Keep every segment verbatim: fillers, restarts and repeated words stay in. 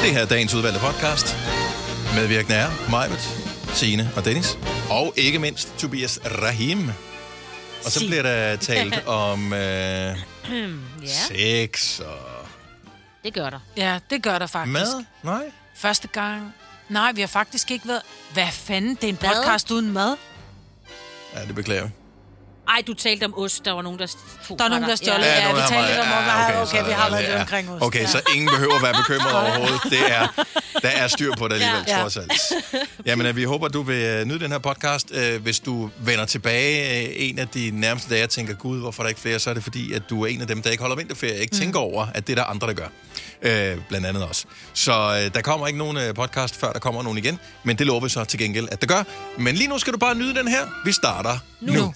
Det her er dagens udvalgte podcast. Medvirkende er Majbet, Signe og Dennis. Og ikke mindst Tobias Rahim. Og så bliver der talt om øh, ja. sex og... Det gør der. Ja, det gør der faktisk. Mad? Nej. Første gang. Nej, vi har faktisk ikke været... Hvad fanden? Det er en podcast mad? Uden mad? Ja, det beklager vi. Ej, du talte om ost. Der var nogen, der tog Der er nogen, der stjålet. Ja, Ja, ja, vi talte lidt om, ja, okay, okay, okay, vi har været lidt omkring ost. Okay, ja. så ingen behøver at være bekymret overhovedet. Det er, der er styr på det alligevel, ja. trods alt. Jamen, vi håber, du vil nyde den her podcast. Hvis du vender tilbage en af de nærmeste dage og tænker, gud, hvorfor er der ikke flere, så er det fordi, at du er en af dem, der ikke holder vinterferie. Ikke tænker mm. over, at det er der andre, der gør. Øh, blandt andet også. Så øh, der kommer ikke nogen podcast, før der kommer nogen igen. Men det lover vi så til gengæld, at det gør. Men lige nu skal du bare nyde den her. Vi starter nu. nu.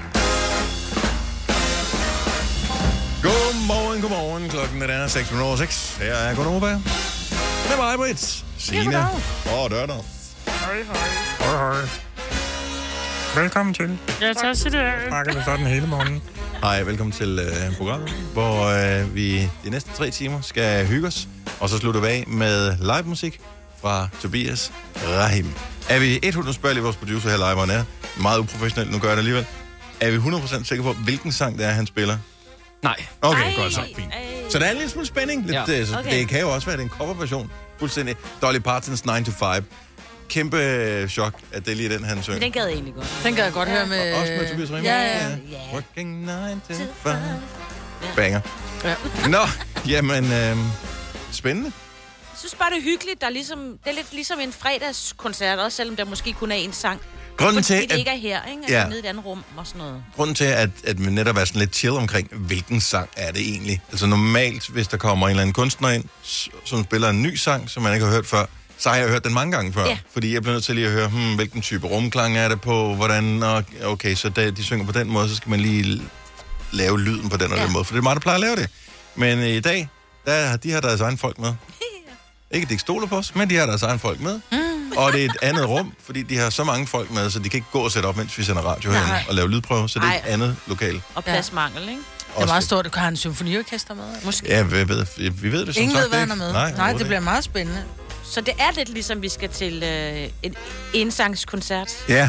Godmorgen, godmorgen. Klokken er seks minutter over seks. Her er Godnova. Med mig, Britt. Signe. Og Dørner. Hej, hej. Hej, hej. Velkommen til. Ja, tak til det. Pakker det sådan hele morgenen. Hej, velkommen til øh, programmet, hvor øh, vi de næste tre timer skal hygge os. Og så slutter vi af med live musik fra Tobias Rahim. Er vi hundrede spørger lige vores producer her live, er meget uprofessionelt, nu gør jeg det alligevel. Er vi hundrede procent sikre på, hvilken sang det er, han spiller? Nej. Okay, ej, godt så. Fint. Så der er en lille smule spænding. Lidt, ja. det, okay. det kan jo også være, det er en coverversion. Fuldstændig. Dolly Partons nine to five. Kæmpe chok, at det er lige den, han synger. Den gad jeg egentlig godt. Den kan jeg godt høre med... Og også med Tobias Rahim. Ja, ja, ja. Working nine to five. Banger. Ja. Nå, jamen, øh, spændende. Jeg synes bare, det er hyggeligt. Der er ligesom, det er lidt ligesom en fredagskoncert, også selvom der måske kun er en sang. Grunden Fordi til, det at, ikke er her, ikke? Altså ja. nede i et andet rum og sådan noget. grunden til at, at man netop er sådan lidt chill omkring, hvilken sang er det egentlig? Altså normalt, hvis der kommer en eller anden kunstner ind, som spiller en ny sang, som man ikke har hørt før, så har jeg hørt den mange gange før. Ja. Fordi jeg bliver nødt til lige at høre, hmm, hvilken type rumklang er det på, hvordan, og okay, så da de synger på den måde, så skal man lige lave lyden på den og ja. den måde, for det er meget, der plejer at lave det. Men i dag, der, de har deres egen folk med. Ikke, at de ikke stoler på os, men de har deres egen folk med. Mm. Og det er et andet rum, fordi de har så mange folk med, så de kan ikke gå og sætte op, mens vi sender radio herinde og lave lydprøve, så det er et andet lokal. Og pladsmangel, ikke? Det er meget stort. Du kan have en symfoniorkester med. Måske. Ja, vi ved, vi ved det som Ingen sagt ved, hvad han ikke. er med. Nej, Nej, det bliver meget spændende. Så det er lidt ligesom, vi skal til øh, en ensangskoncert. Ja.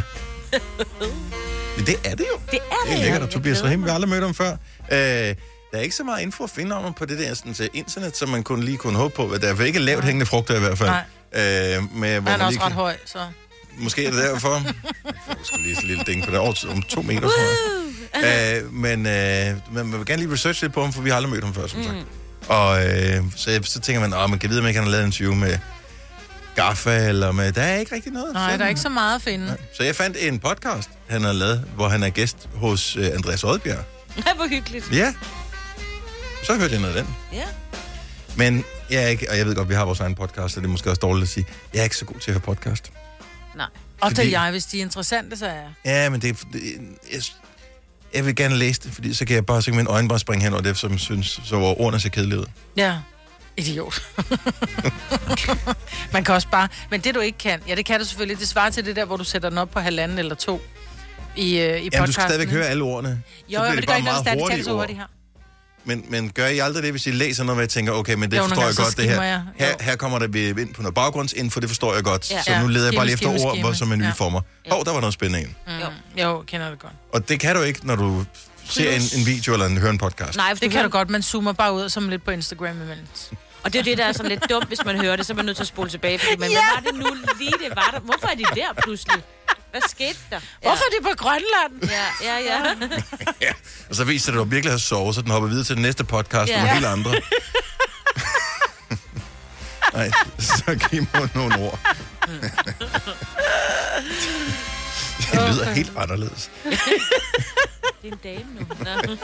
Men det er det jo. Det er det. Det er lækkert, og Jeg Tobias glæder Rahim, vi mig. har aldrig mødt ham før. Øh, der er ikke så meget info at finde om ham på det der sådan, til internet, som man kunne lige kunne håbe på. Der er ikke lavt hængende frugter i hvert fald. Nej. Øh, med, hvor Han er man også lige ret kan... høj, så... Måske er det derfor. Jeg skal lige så lille ding på det. Over om to meter, tror jeg. Øh, men øh, man vil gerne lige researche lidt på ham, for vi har aldrig mødt ham før, som sagt. Mm. Og øh, så, så tænker man, åh, man kan vide, om ikke han har lavet en interview med Gaffa, eller med... Der er ikke rigtig noget. Nej, sådan. der er ikke så meget at finde. Nej. Så jeg fandt en podcast, han har lavet, hvor han er gæst hos øh, Andreas Odbjerg. Ja, hvor hyggeligt. Ja. Så hørte jeg noget af den. Ja. Men jeg er ikke, og jeg ved godt, vi har vores egen podcast, så det er måske også dårligt at sige, jeg er ikke så god til at høre podcast. Nej. Og det Fordi- er jeg, hvis de er interessante, så er jeg. Ja, men det, er- det jeg, jeg vil gerne læse det, fordi så kan jeg bare, så kan mine øjne bare springe hen over det, som synes, så hvor ordene ser kedelige ud. Ja. Idiot. Man kan også bare... Men det, du ikke kan... Ja, det kan du selvfølgelig. Det svarer til det der, hvor du sætter den op på halvanden eller to i, øh, i podcasten. Jamen, du skal stadigvæk høre alle ordene. Jo, jo, men det gør ikke noget, hvis det er så hurtigt her. Men, men gør I aldrig det, hvis I læser noget, hvor jeg tænker, okay, men det Jo, forstår nogle jeg gange, godt, så det her. skimmer jeg. Her, Jo. her kommer der vi ind på noget baggrundsinfo, det forstår jeg godt. Ja. Så nu leder jeg bare lige Skimme, efter ord, skimme, hvor som er nye ja. former. Åh, oh, der var noget spændende. Mm. Jo. Jo, kender det godt. Og det kan du ikke, når du ser en, en video eller en, hører en podcast. Nej, for Det kan du godt, man zoomer bare ud, som lidt på Instagram imellem. Og det er jo det, der er sådan lidt dumt, hvis man hører det, så er man nødt til at spole tilbage. Fordi, men ja. Hvad var det nu lige, det var der? Hvorfor er de der pludselig? Hvad skete der? Ja. Hvorfor er de på Grønland? Ja, ja, ja. Ja. Og så viser det, at du virkelig har sovet, så den hopper videre til den næste podcast Ja. med helt andre. Nej, så giv mig nogle ord. Det lyder helt anderledes. Det er en dame nu. Nå.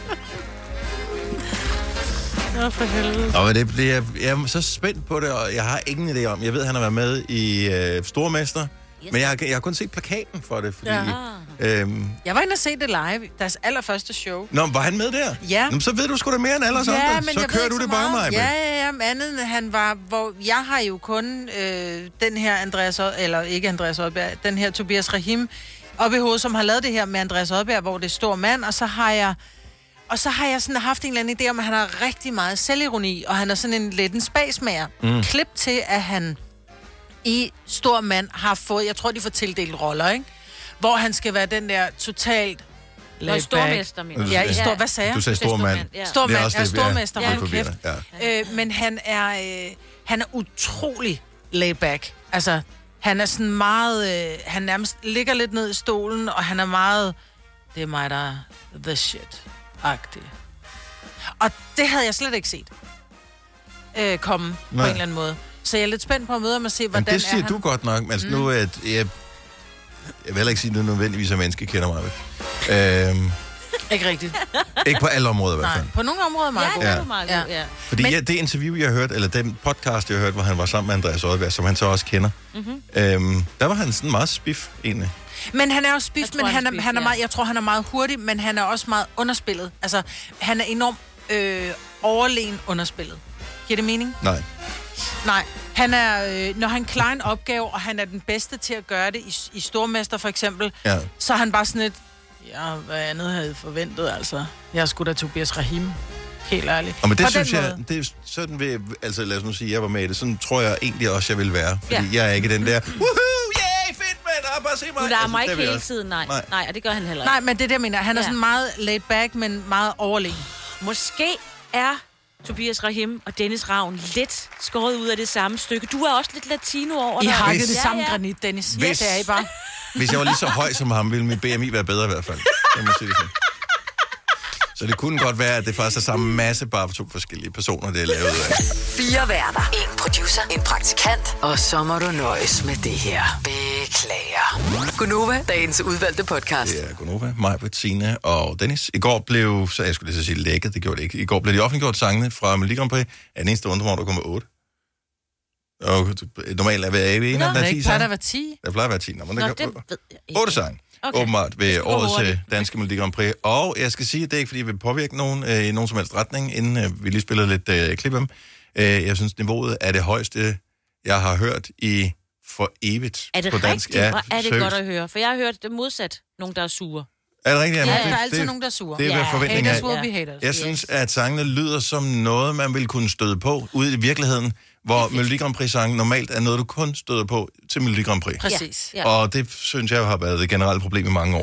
Nå, for helvede. Nå, men det bliver, jeg er så spændt på det, og jeg har ingen idé om. Jeg ved, at han har været med i øh, Stormester, yes. Men jeg har, jeg har kun set plakaten for det, fordi... Ja. Øhm, Jeg var inde og se det live, deres allerførste show. Nå, var han med der? Ja. Nå, så ved du sgu da mere end alle os Ja, andre. men Så jeg kører ved du ikke det så bare, meget. mig. Ja, ja, ja, men andet end han var, hvor jeg har jo kun øh, den her Andreas, Od- eller ikke Andreas Odbjerg, den her Tobias Rahim oppe i hovedet, som har lavet det her med Andreas Odbjerg, hvor det er stor mand, og så har jeg Og så har jeg sådan haft en eller anden idé om, at han har rigtig meget selvironi, og han er sådan en lidt en spasmager. Mm. Klip til, at han i Stor Mand har fået, jeg tror, de får tildelt roller, ikke? Hvor han skal være den der totalt... Nå, stormester, mener Ja, i stor, hvad sagde jeg? Du sagde stor mand. Ja. Stor mand, ja, stormester. Ja, Ja, ja. øh, men han er, øh, han er utrolig laid back. Altså, han er sådan meget... Øh, han nærmest ligger lidt ned i stolen, og han er meget... Det er mig, der er the shit-agtig. Og det havde jeg slet ikke set øh, komme Nej. på en eller anden måde. Så jeg er lidt spændt på at møde ham og se, hvordan men det siger er du han. godt nok. Altså, mm. nu at jeg, jeg vil heller ikke sige, at du nødvendigvis er menneske, kender mig. Øhm, ikke rigtigt. ikke på alle områder i hvert fald. Nej, på nogle områder meget ja, god. Ja, det er meget god, ja. Fordi men... ja, det interview, jeg har hørt, eller den podcast, jeg har hørt, hvor han var sammen med Andreas Odberg, som han så også kender, mm-hmm. øhm, der var han sådan meget spiff, egentlig. Men han er jo spiff, men han er, spiff, han er ja. meget, jeg tror, han er meget hurtig, men han er også meget underspillet. Altså, han er enormt øh, overlegen underspillet. Giver det mening? Nej. Nej. Han er, øh, når han klarer en opgave, og han er den bedste til at gøre det i, i Stormester for eksempel, ja. så er han bare sådan et, ja, hvad andet havde jeg forventet, altså. Jeg er sgu da Tobias Rahim. Helt ærligt. Og men det synes jeg, måde. det er sådan vil, altså lad os nu sige, jeg var med i det, sådan tror jeg egentlig også, jeg vil være. Fordi ja. jeg er ikke den der, woohoo, yeah, fedt mand, bare se mig. Du lader altså, mig ikke hele også. tiden, nej. nej. Nej, og det gør han heller ikke. Nej, men det er det, jeg mener. Han er ja. sådan meget laid back, men meget overlegen. Måske er Tobias Rahim og Dennis Ravn lidt skåret ud af det samme stykke. Du er også lidt latino over I der. har Hvis, det samme ja, ja. granit, Dennis. Hvis, ja, det er I bare. Hvis jeg var lige så høj som ham, ville mit B M I være bedre i hvert fald. Jeg må sige det sådan. Så det kunne godt være, at det faktisk er samme masse, bare for to forskellige personer, det er lavet af. Fire værter. En producer. En praktikant. Og så må du nøjes med det her. Beklager. Gunova, dagens udvalgte podcast. Det er Gunova, mig, Bettina og Dennis. I går blev, så jeg skulle lige så sige lækket, det gjorde det ikke. I går blev de offentliggjort sangene fra Melodi Grand Prix. Er den eneste undre mig, der kommer otte. Og normalt er hver evig en, der er ti sange. Der var ti. Der plejer at være ti. Nå, men Nå, der det kan, ved jeg ikke. otte sange. Okay. Åbenbart ved årets danske Melodi Grand Prix. Og jeg skal sige, at det er ikke, fordi jeg vil påvirke nogen øh, i nogen som helst retning, inden øh, vi lige spiller lidt øh, klip om. Øh, jeg synes, niveauet er det højeste, jeg har hørt i for evigt er det på dansk. rigtigt? Ja, Hvor er det seriøst. godt at høre? For jeg har hørt det modsat. Nogen, der er sure. Er det rigtigt? Ja, Ja, det, der er altid det, nogen, der er sure. Det er, hvad Ja, forventningen haters er. will be haters. Jeg synes, at sangene lyder som noget, man ville kunne støde på ude i virkeligheden, hvor Melodi Grand Prix-sangen normalt er noget, du kun støder på til Melodi Grand Prix. Præcis. Ja. Og det synes jeg har været det generelle problem i mange år.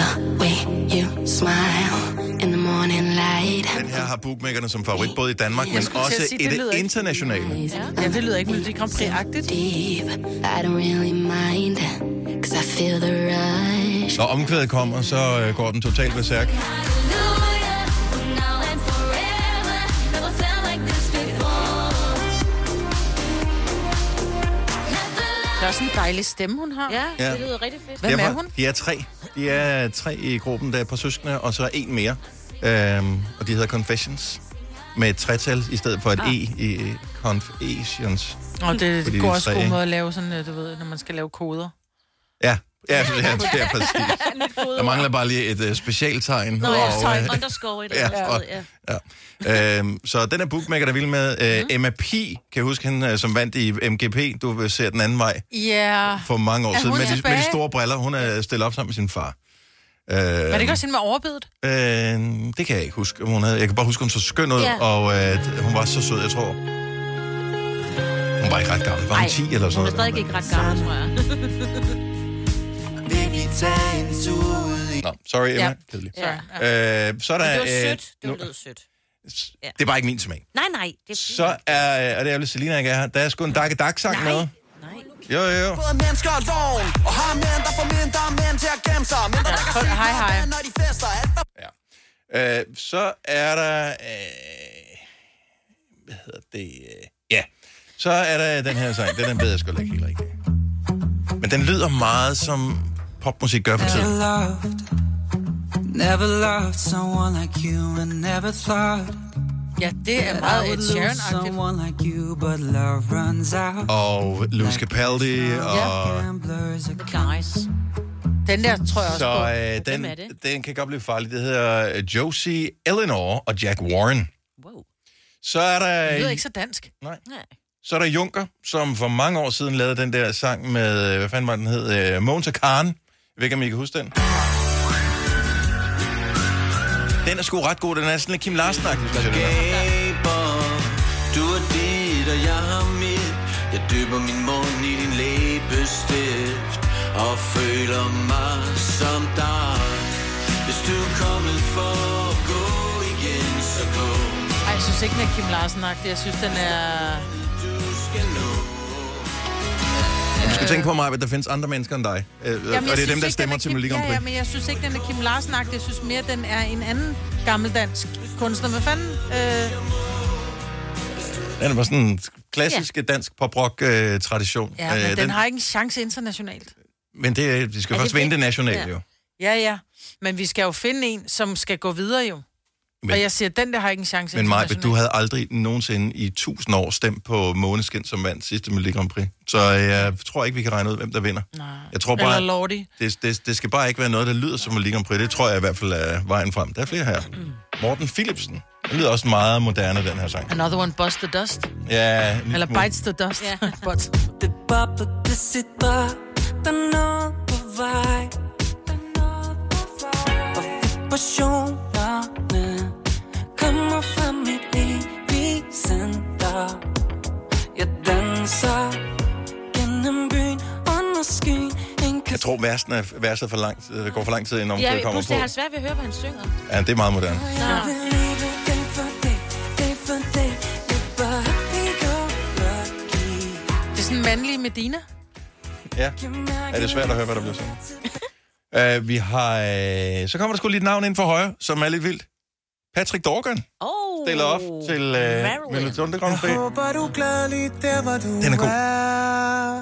Den her har bookmakerne som favorit, både i Danmark, men også sige, i det det lyder ikke- internationale. Ja, det lyder ikke Melodi Grand Prix-agtigt. Når omkvædet kommer, så øh, går den totalt berserk. Det er også en dejlig stemme, hun har. Ja, Ja. det lyder rigtig fedt. Hvem Derfor, er hun? De er tre. De er tre i gruppen, der er på søskende, og så er en mere. Øhm, og de hedder Confessions. Med et tretal i stedet for et ah. E i Confessions. Og det, Fordi det går de også tre- god måde at lave sådan, øh, du ved, når man skal lave koder. Ja, ja, det er, det er præcis. Der mangler bare lige et uh, specialtegn. Nå, ja, og, tegn. øh, Underscore et Ja, eller andet og, sted, ja. ja. Øhm, så den er bookmaker, der vil med. Øh, mm. Emma P, kan jeg huske hende, som vandt i M G P. Du vil se den anden vej Ja. for mange år Er siden. hun Med de, med tilbage? de store briller. Hun er stillet op sammen med sin far. Øh, Var det ikke også hende med overbedet? øh, det kan jeg ikke huske. Hun havde, jeg kan bare huske, hun så skøn ud, Ja. og øh, hun var så sød, jeg tror. Hun var ikke ret gammel. Var hun Ej, ti eller sådan hun er noget? stadig ikke ret gammel, tror jeg. Nå, sorry Emma. Ja. Kedelig. Ja. Øh, så er der... Det var øh, sødt. Det nu- lød sødt. Ja. Det er bare ikke min smag. Nej, nej. Det er Så er, og det er jo lidt Selina, ikke er her, der er sgu en Dakke Dak-sang med. Nej. Jo, jo, jo. Både mennesker og vogn, og har mænd, der får mindre mænd til at gemme sig. Mænd, der kan hold- se hej, hej. når de fester. Alt Ja. Øh, så er der... Øh, hvad hedder det? Øh, ja. Så er der den her sang. Den, den ved jeg sgu da ikke helt rigtigt. Men den lyder meget som popmusik gør for tiden. Loved, never loved someone like you, and never thought Ja, det er I meget would et lose Sharon-agtigt. someone like you, but love runs out. Og Louis Capaldi, og... Gamblers are Nice. Den der tror jeg også Så på. øh, den, er det? den kan godt blive farlig. Det hedder øh, Josie Eleanor og Jack Warren. Wow. Så er der... Det lyder ikke så dansk. Nej. Nej. Så er der Junker, som for mange år siden lavede den der sang med, hvad fanden var den hed, uh, Mogens og Karen. Jeg ved ikke, om I kan huske den. Den er sgu ret god. Den er sådan lidt Kim Larsen-agtig, synes jeg, den er. Du er dit, og jeg har mit. Jeg dypper min mund i din læbestift og føler mig som dig. Hvis du er kommet for at gå igen, så gå. Ej, jeg synes ikke, den er Kim Larsen-agtig. Jeg synes, den er... Du skal nå. Du skal tænke på mig, at der findes andre mennesker end dig. Øh, Jamen, og det er dem, der ikke, stemmer til Melodi Grand Prix. Ja, ja, men jeg synes ikke, den er Kim Larsen-agtig. Jeg synes mere, den er en anden gammeldansk kunstner. Hvad fanden? Øh... Den var sådan en klassisk ja. dansk pop-rock-tradition. Ja, men øh, den, den har ikke en chance internationalt. Men det, de skal er først det vinde det vigtigt? nationalt, Ja. jo. Ja, ja. Men vi skal jo finde en, som skal gå videre jo. Men, og jeg siger, den der har ikke en chance men Maj, internationalt. du havde aldrig nogensinde i tusind år stemt på Måneskin, som vandt sidste Melodi Grand Prix. Så jeg tror ikke, vi kan regne ud, hvem der vinder. Nej. Jeg tror Eller bare, Lordi. det, det, det skal bare ikke være noget, der lyder som Melodi Grand Prix. Det tror jeg i hvert fald er vejen frem. Der er flere her. Morten Philipsen. Det lyder også meget moderne, den her sang. Another one, Bust the Dust. Ja, Eller Bites the Dust. Ja. But. Det bobler, det sidder, der er noget på vej. Og vibrationerne kommer fra mit epicenter. Jeg danser gennem byen under skyen. jeg tror, versen er, verset er for lang, det går for lang tid, inden Ja, det kommer pludselig på. har jeg svært ved at høre, hvad han synger. Ja, det er meget moderne. Jeg vil leve dag for dag, dag for dag. Jeg bare happy-go-lucky. Det er sådan en mandlig Medina. Ja, er det svært at høre, hvad der bliver sagt. Uh, vi har... Uh, så kommer der sgu lige et navn ind for højre, som er lidt vildt. Patrick Dorgan Oh, stiller op til uh, Melodi Grand Prix. Håber du glædelig der, hvor du Den er god. er.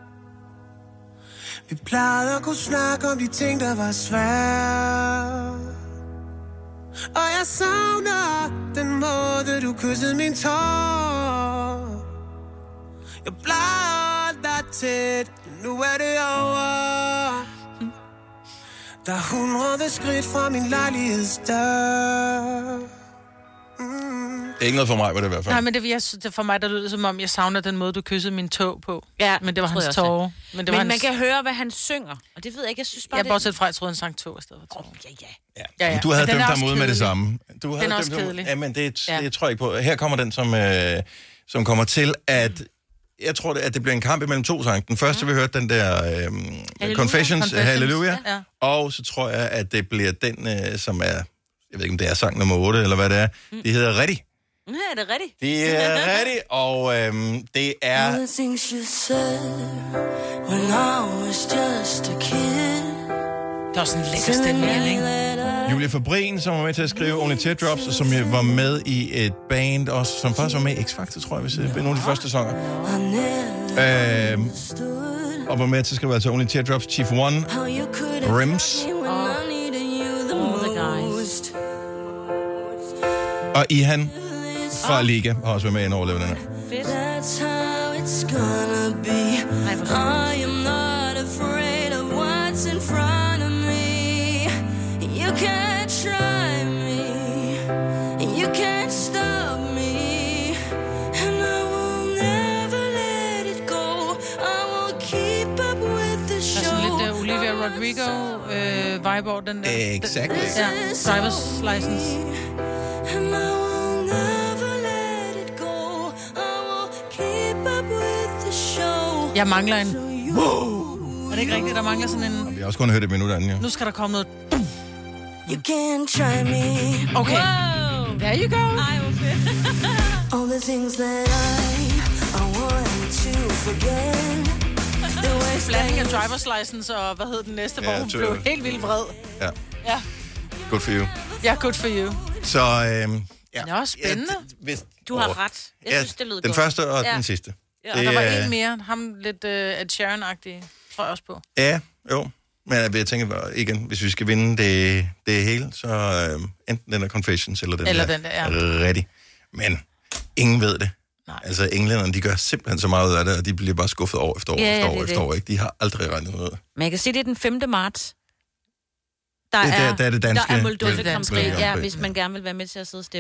Vi plejede at kunne snakke om de ting, der var svære. Og jeg savner den måde, du kyssede min tår. Jeg plejede dig tæt, men nu er det over. Der er hundrede skridt fra min lejlighedsdør. Det er ikke noget for mig, var det i hvert fald. Nej, men det, jeg, det for mig, der lyder som om, jeg savner den måde, du kyssede min tog på. Ja, Men det var tror jeg hans også, tårer. Men, det Men var man hans... kan høre, hvad han synger. Og det ved jeg ikke, jeg synes bare, Jeg det... bortset fra, jeg troede, han sang tog i stedet for tårer. Oh, ja, ja. Ja. Ja, ja. Du havde Men den dømt er ham også ud med det kedelig. samme. Du havde Den er også dømt ham- kedelig. Ja, men det, Ja. det tror jeg ikke på. Her kommer den, som, øh, som kommer til at... Jeg tror, det, at det bliver en kamp imellem to sange. Den første, vi hørte, den der øh, Confessions, Confessions. Halleluja. Ja. Og så tror jeg, at det bliver den, øh, som er... Jeg ved ikke, om det er sang nummer otte, eller hvad det er. Det hedder Ready. Ja, er det rigtigt? Det er Ready, og øhm, det er... All the things you said when I was just a kid. Det er også en lækker stemning, ikke? Julia Fabrin, som var med til at skrive Only Teardrops, og som jeg var med i et band også, som faktisk var med i X-Factor, tror jeg, hvis det er nogle af de første sanger. Øhm, og var med til at skrive altså Only Teardrops, Chief One, Rims, All the guys. og Ihan fra Liga har også været med i en overlevende her. Fedt. That's how it's gonna be. Ej, hvor sjovt. I am not afraid of what's in front of me. You can't try me. You can't stop me. And I will never let it go. I will keep up with the Der er show. sådan lidt uh, Olivia Rodrigo øh, vibe over den der. Exactly. Ja, driver's license. And I will never let it go. I will keep up with the show. Jeg mangler en... Wow. Er det ikke rigtigt, der mangler sådan en... Vi har også kun hørt et minut anden, jo. Nu skal der komme noget... You can't try me. Okay. Wow. There you go. Ej, hvor fedt. All the things that I, I want to forget. The ways Blanding af that driver's license og hvad hed den næste, hvor Ja, hun tø- blev helt vildt vred. Ja. Ja. Good for you. Ja, good for you. Så, øhm, ja. Nå, spændende. Ja, d- hvis, Du har ret. Jeg synes, det lyder Den godt. første og Ja. den sidste. Ja, Og Det der var er- en mere. Ham lidt uh, Ed Sheeran-agtig, tror jeg også på. Ja, jo. Men jeg, jeg tænker igen, hvis vi skal vinde det, det hele, så øh, enten den der Confessions, eller den Eller der, den der, ja. Ready. Men ingen ved det. Nej. Altså, englænderne, de gør simpelthen så meget ud af det, og de bliver bare skuffet år efter år, Ja, ja, efter det år er efter det. år. Ikke? De har aldrig regnet noget. Men jeg kan sige, det er den femte marts. Der Det er er, der- der er det danske Der er Moldovan Melodi Grand Grand Prix, Prix. ja, hvis man gerne vil være med til at sidde og stemme, ikke?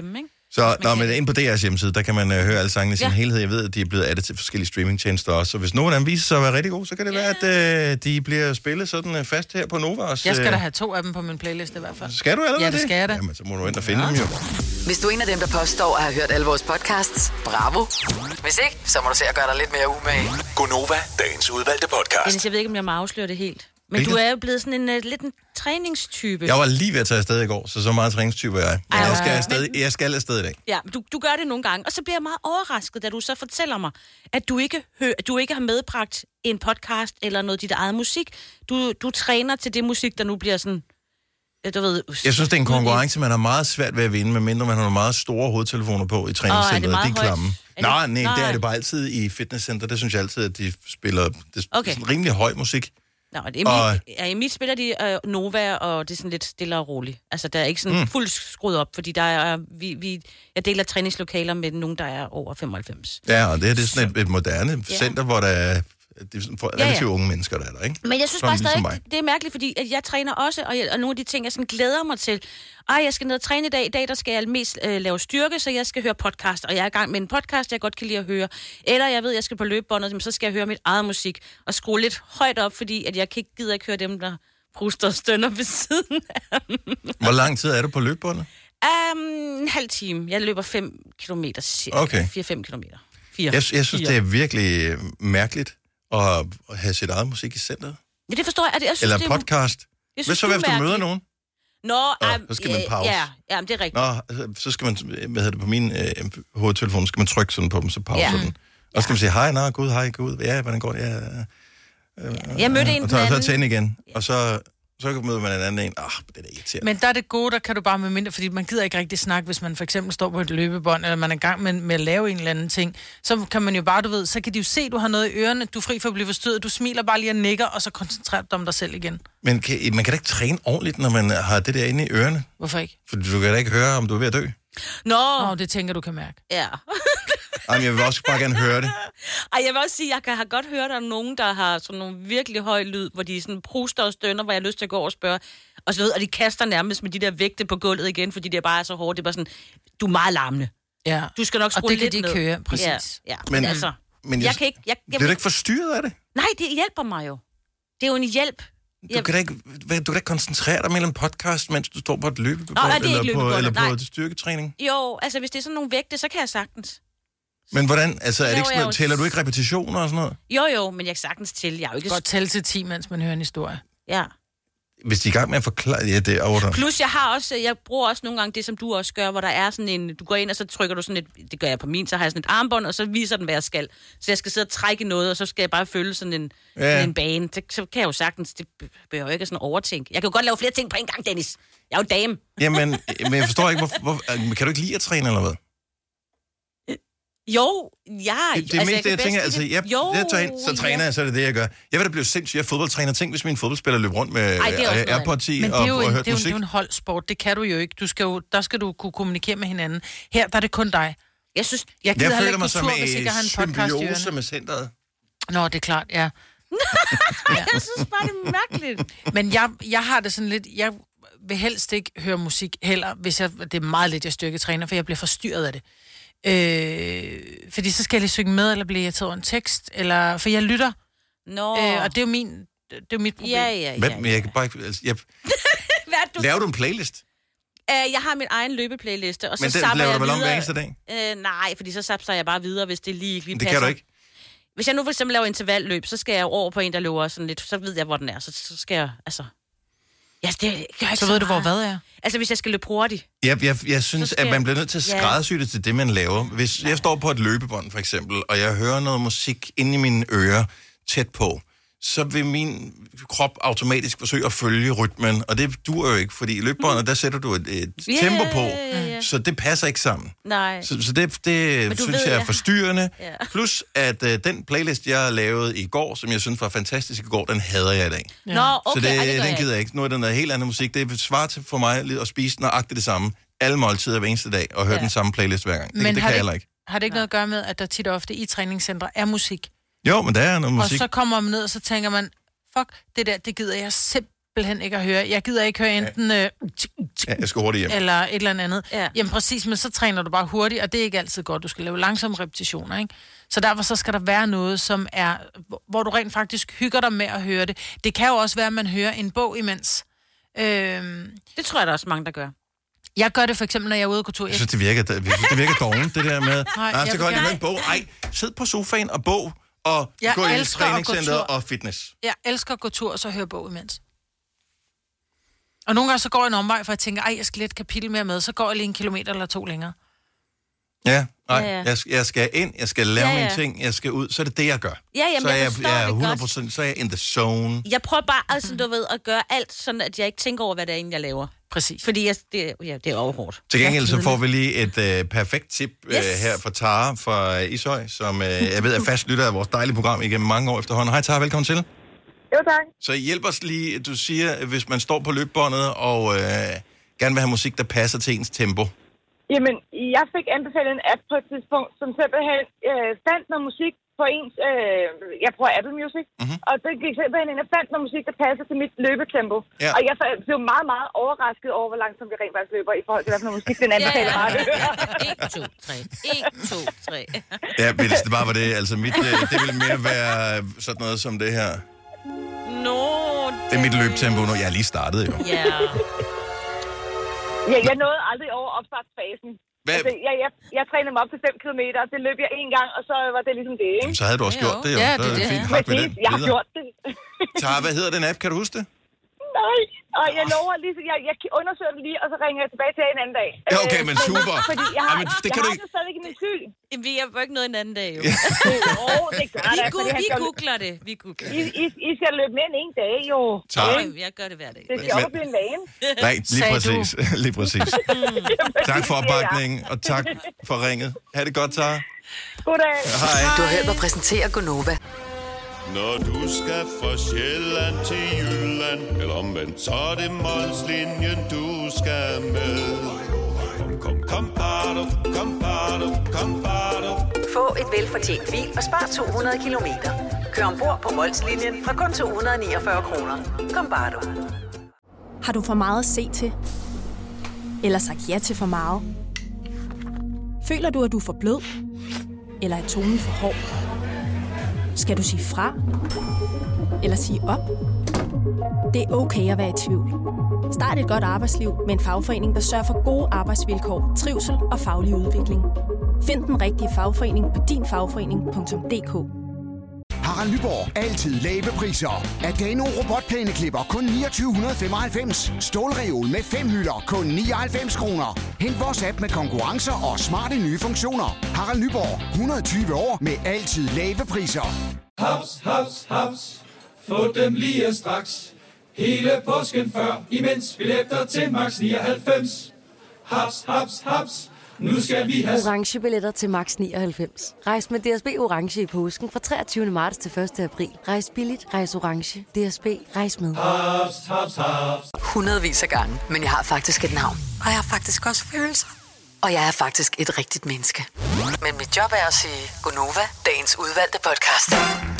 Så når man er inde på D R's hjemmeside, der kan man uh, høre alle sangene i sin Ja. helhed. Jeg ved, at de er blevet addet til forskellige streamingtjenester også. Så hvis nogen af dem viser sig at være rigtig gode, så kan det Ja. være, at uh, de bliver spillet sådan uh, fast her på Nova også. Jeg skal da have to af dem på min playlist i hvert fald. Skal du allerede Ja, det skal jeg da. Jamen, så må du ind og finde ja. dem jo. Hvis du er en af dem, der påstår at have hørt alle vores podcasts, bravo. Hvis ikke, så må du se at gøre dig lidt mere umage. Gonova, dagens udvalgte podcast. Dennis, jeg ved ikke, om jeg må afsløre det helt. Men Hvilket? du er jo blevet sådan en uh, lidt en træningstype. Jeg var lige ved at tage afsted i går, så så meget træningstype er jeg. Men Ej, jeg skal, ja. afsted, jeg skal afsted i dag. Ja, du, du gør det nogle gange, og så bliver jeg meget overrasket, da du så fortæller mig, at du ikke, hø- du ikke har medbragt en podcast eller noget af dit eget musik. Du, du træner til det musik, der nu bliver sådan, ja, du ved... Jeg synes, det er en konkurrence, man har meget svært ved at vinde, medmindre man har nogle meget store hovedtelefoner på i træningscenteret. meget De er klamme. højt? Er det- Nej, nej, nej. det er det bare altid i fitnesscenter. Det synes jeg altid, at de spiller det, Okay. sådan rimelig høj musik. Nå, det er Og- mit, ja, i mit spiller de uh, Nova, og det er sådan lidt stille og roligt. Altså, der er ikke sådan mm. fuldt skruet op, fordi der er, vi, vi, jeg deler træningslokaler med nogen, der er over femoghalvfems. Ja, og det her det er sådan et, et moderne Ja. center, hvor der er, det er sådan for Ja, ja. relativt unge mennesker, der er der, ikke? Men jeg synes Som bare ligesom stadig, mig. det er mærkeligt, fordi at jeg træner også, og, jeg, og nogle af de ting, jeg sådan glæder mig til. Ej, jeg skal ned og træne i dag. I dag, der skal jeg mest øh, lave styrke, så jeg skal høre podcast. Og jeg er i gang med en podcast, jeg godt kan lide at høre. Eller jeg ved, jeg skal på løbebåndet, men så skal jeg høre mit eget musik og skrue lidt højt op, fordi at jeg kan ikke gider ikke høre dem, der pruster og stønner ved siden af dem. Hvor lang tid er du på løbebåndet? Um, en halv time. Jeg løber fem kilometer cirka. Okay. fire fem kilometer. Fire. Jeg, jeg synes, Fire. det er virkelig øh, mærkeligt at, at have sit eget musik i centret. Ja, det forstår jeg. Jeg synes, Eller det er, podcast. jeg Hvad synes, så, det er hvis du møder mærkeligt. nogen? Nå, Nå, um, så skal man pause. Ja, ja, det er rigtigt. Nå, altså, så skal man, hvad hedder det, på min øh, hovedtelefon, skal man trykke sådan på dem, så pauser Ja. den. Og så skal man sige, hej, nej, gud, hej, gud, ja, hvordan går det? Ja, Jeg mødte en og den så, så anden. tænde igen, og så, så møder man en anden en, ah, det er da irriterende. Men der er det gode, der kan du bare med mindre, fordi man gider ikke rigtig snakke, hvis man for eksempel står på et løbebånd, eller man er i gang med, med at lave en eller anden ting. Så kan man jo bare, du ved, så kan de jo se, du har noget i ørerne, du er fri for at blive forstyrret, du smiler bare lige og nikker, og så koncentrerer du dig om dig selv igen. Men kan, man kan da ikke træne ordentligt, når man har det der inde i ørerne, Hvorfor ikke? for du kan da ikke høre, om du er ved at dø. Nå, Nå, det tænker du kan mærke. ja. Jamen, jeg vil også bare gerne høre det. Ej, jeg vil også sige, jeg kan have godt hørt, at der er nogen, der har sådan nogle virkelig høj lyd, hvor de sådan pruster og stønner, hvor jeg har lyst til at gå over og spørge. Og så ved, og de kaster nærmest med de der vægte på gulvet igen, fordi det bare er så hårdt. Det er bare sådan, du er meget larmende. Ja. Du skal nok Og skrue det kan lidt de ikke ned. høre, præcis. Ja, ja. Men- Men, altså, Men jeg kan ikke... Jeg, jeg, Bliver du ikke forstyrret af det? nej, det hjælper mig jo. Det er jo en hjælp. Du kan da ikke, hvad- du kan da ikke koncentrere dig med en podcast, mens du står på et løbebånd, Nå, nej, det er ikke eller, på, løbebåndet, eller på nej. styrketræning. Jo, altså hvis det er sådan nogle vægte, så kan jeg sagtens. Men hvordan, altså er det laver ikke sådan, jeg noget- jo- tæller du ikke repetitioner og sådan noget? Jo, jo, men jeg kan sagtens til. Jeg er jo ikke... Godt tælle til ti, mens man hører en historie. Ja. Hvis de er i gang med at forklare, ja, det er over. Plus, jeg har også, jeg bruger også nogle gange det, som du også gør, hvor der er sådan en, du går ind, og så trykker du sådan et, det gør jeg på min, så har jeg sådan et armbånd, og så viser den, hvad jeg skal. Så jeg skal sidde og trække noget, og så skal jeg bare følge sådan en, Ja. ja. en bane. Så, så kan jeg jo sagtens, det behøver jo ikke sådan overtænke. Jeg kan jo godt lave flere ting på en gang, Dennis. Jeg er jo dame. Jamen, men jeg forstår ikke, hvor, hvor, kan du ikke lide at træne, eller hvad? Jo, ja. Det, det er altså, mest det, jeg kan tænker, bedst altså, lide jeg, det. jo, jeg tager ind, så træner ja. jeg, så er det det, jeg gør. Jeg vil da blive sindssygt, jeg er fodboldtræner. Tænk, hvis min fodboldspiller løb rundt med Ej, det er også noget AirPods i Men det og, er jo og en, hørt det er jo, det musik. er jo en holdsport, det kan du jo ikke. Du skal jo, der skal du kunne kommunikere med hinanden. Her, der er det kun dig. Jeg synes, Jeg gider Jeg heller føler ikke mig gå som tur, hvis ikke jeg har en en podcast i symbiose ørerne. med centret. Nå, det er klart, ja. jeg synes bare, det er mærkeligt. Men jeg, jeg har det sådan lidt, jeg vil helst ikke høre musik heller, hvis jeg, det er meget lidt, jeg styrketræner, for jeg bliver forstyrret af det. Øh, fordi så skal jeg lige synge med, eller blive irriteret over en tekst, eller, for jeg lytter, Nå. øh, og det er jo min, det er jo mit problem. Ja, ja, ja. Hvad, ja. men jeg kan bare ikke... Altså, jeg, Hvad er det, du... laver du en playlist? Uh, jeg har min egen løbeplayliste, og så Men den zapper laver jeg du vel om videre. hver eneste dag? Uh, nej, fordi så zapser jeg bare videre, hvis det lige ikke lige Det passer. kan du ikke. Hvis jeg nu for eksempel laver intervalløb, så skal jeg over på en, der løber sådan lidt, så ved jeg, hvor den er. Så, så skal jeg, altså... Ja, det gør ikke Så ved du, hvor meget. hvad er? Altså, hvis jeg skal løbe hurtigt. Jeg, jeg, jeg synes, skal at man bliver nødt til at ja. skræddersy det til det, man laver. Hvis jeg står på et løbebånd, for eksempel, og jeg hører noget musik inde i mine ører tæt på, så vil min krop automatisk forsøge at følge rytmen, og det duer jo ikke, fordi i løbebåndet, der sætter du et, et Ja, tempo på, ja, ja. så det passer ikke sammen. Nej. Så, så det, det du synes ved, jeg er jeg- forstyrrende. Ja. Plus, at uh, den playlist, jeg lavede i går, som jeg synes var fantastisk i går, den hader jeg i dag. Ja. Nå, okay, så det, ej, det gør den jeg gider jeg ikke. Nu er det noget helt andet musik. Det svarer til for mig lidt at spise nøjagtigt det samme. Alle måltider hver eneste dag, og høre Ja. den samme playlist hver gang. Det, Men det har kan det jeg heller ikke. Har det ikke noget at gøre med, at der tit og ofte i træningscentre er musik? Jo, men der er noget musik. Og så kommer man ned, og så tænker man, fuck, det der, det gider jeg simpelthen simpelthen ikke at høre. Jeg gider ikke høre enten... Øh, Ja, jeg skal hurtigt hjem. Eller et eller andet. Ja. Jamen præcis, men så træner du bare hurtigt, og det er ikke altid godt. Du skal lave langsomme repetitioner, ikke? Så derfor så skal der være noget, som er... Hvor du rent faktisk hygger dig med at høre det. Det kan jo også være, at man hører en bog imens. Øhm, det tror jeg, der er også mange, der gør. Jeg gør det for eksempel, når jeg er ude og gå tur. Jeg synes, det virker, det virker dovent, det der med... Nej, Nej, så jeg går vil jeg med gerne- en bog. Ej, sid på sofaen og bog, og Jeg gå i elsker at gå træningscenteret tur. og fitness. Jeg elsker at gå tur, og så høre bog imens. Og nogle gange så går jeg en omvej, for jeg tænker, ej, jeg skal lidt et kapitel mere med, så går jeg lige en kilometer eller to længere. Ja, nej, Ja, ja. Jeg, jeg skal ind, jeg skal lave Ja, ja. mine ting, jeg skal ud, så er det det, jeg gør. Ja, jamen, så er jeg jeg, forstår jeg er det hundrede godt. procent, så er jeg in the zone. Jeg prøver bare, altså, du ved, at gøre alt, sådan at jeg ikke tænker over, hvad det er, egentlig, jeg laver. Præcis. Fordi jeg, det, ja, det er overhårdt. Til gengæld så får vi lige et øh, perfekt tip øh, Yes. her fra Tara fra Ishøj, som øh, jeg ved er fast lytter af vores dejlige program igennem mange år efterhånden. Hej Tara, velkommen til. Jo, tak. Så hjælp os lige, du siger, hvis man står på løbebåndet og øh, gerne vil have musik, der passer til ens tempo. Jamen, jeg fik anbefalet en app på et tidspunkt, som simpelthen øh, fandt noget musik på ens... Øh, jeg bruger Apple Music, mm-hmm. og det gik simpelthen ind og fandt noget musik, der passer til mit løbetempo. Ja. Og jeg blev meget, meget overrasket over, hvor langsomt vi rent faktisk løber i forhold til, hvad for noget musik den anbefaler mig at høre. en, to, tre. en, to, tre. Ja, hvis det bare var det. Altså, mit, øh, det ville mere være sådan noget som det her. Nå, Det er mit løbetempo nu. Jeg er lige startet jo. ja. Ja, jeg nåede aldrig over opstartsfasen. Hvad? Altså, jeg, jeg, jeg trænede mig op til fem kilometer, og det løb jeg en gang, og så var det ligesom det, ikke? Jamen, så havde du også Ja, gjort jo. det jo. Ja, Så det er er det det. fint. Hak med Præcis, den. jeg har Videre. gjort det. Tara, hvad hedder den app? Kan du huske det? Nej, og jeg lover lige, så jeg, jeg undersøger det lige, og så ringer jeg tilbage til jer en anden dag. Ja, okay, men Øh, super. Fordi jeg har, Ej, men det jeg kan har du ikke- det stadig i min skyld. Vi er jo ikke noget en anden dag, jo. Jo, det gør Vi, der, gu- fordi han vi skal, googler det. Vi googler I, det. I, I skal løbe mere end en dag, jo. Tara. Ej, jeg gør det hver dag. Det skal Men- op og blive en vane. Nej, lige Sagde præcis. lige præcis. Tak for opbakningen, og tak for ringet. Ha' det godt, Tara. Goddag. Hej. Du har hørt mig præsentere Gonova. Når du skal fra Sjælland til Jylland, eller omvendt, så er det Molslinjen, du skal med. Kom, kom, kom, bado, kom, bado, kom, bado. Få et velfortjent bil og spar to hundrede kilometer. Kør ombord på Molslinjen fra kun to hundrede niogfyrre kroner. Kom bare du. Har du for meget at se til? Eller sagt ja til for meget? Føler du, at du er for blød? Eller er tonen for hård? Skal du sige fra? Eller sige op? Det er okay at være i tvivl. Start et godt arbejdsliv med en fagforening, der sørger for gode arbejdsvilkår, trivsel og faglig udvikling. Find den rigtige fagforening på din fagforening punktum d k. Harald Nyborg. Altid lave priser. Adano robotplæneklipper kun niogtyve femoghalvfems. Stålreol med fem hylder kun nioghalvfems kroner. Hent vores app med konkurrencer og smarte nye funktioner. Harald Nyborg. hundrede og tyve år med altid lave priser. Haps, haps, haps. Få dem lige straks. Hele påsken før, imens billetter til max nioghalvfems. Haps, haps, haps. Nu skal vi have... Orange billetter til max nioghalvfems. Rejs med D S B Orange i påsken fra treogtyvende marts til første april. Rejs billigt, rejs orange. D S B, rejs med. Haps, haps, haps. Hundredvis af gange, men jeg har faktisk et navn. Og jeg har faktisk også følelser. Og jeg er faktisk et rigtigt menneske. Men mit job er at sige Gonova, dagens udvalgte podcast.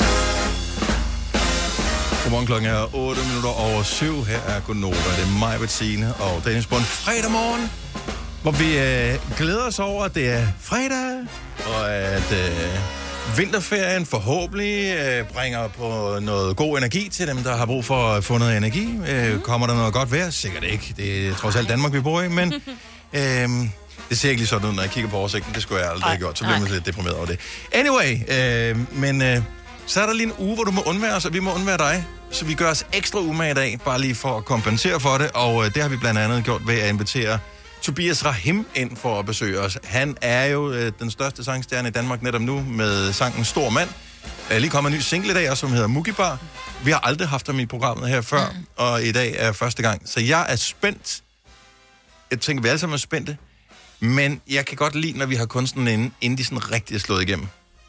Godmorgen, klokken er otte minutter over syv. Her er Gonova. Det er mig, Bettine og Dennis på en fredag morgen, hvor vi øh, glæder os over, at det er fredag, og at øh, vinterferien forhåbentlig øh, bringer på noget god energi til dem, der har brug for at få noget energi. Øh, kommer der noget godt vejr? Sikkert ikke. Det er trods alt Danmark, vi bor i, men øh, det ser ikke lige sådan ud, når jeg kigger på oversigten. Det skulle jeg aldrig have gjort. Så bliver man lidt deprimeret over det. Anyway, øh, men øh, så er der lige en uge, hvor du må undvære os, og vi må undvære dig. Så vi gør os ekstra umage i dag, bare lige for at kompensere for det, og øh, det har vi blandt andet gjort ved at invitere Tobias Rahim ind for at besøge os. Han er jo øh, den største sangstjerne i Danmark netop nu med sangen Stor Mand. Der er lige kommet en ny single i dag, som hedder Mugibar. Vi har aldrig haft ham i programmet her før, mm. og i dag er første gang. Så jeg er spændt. Jeg tænker, vi alle sammen er spændte. Men jeg kan godt lide, når vi har kunsten inde, inden de sådan rigtig er slået igennem.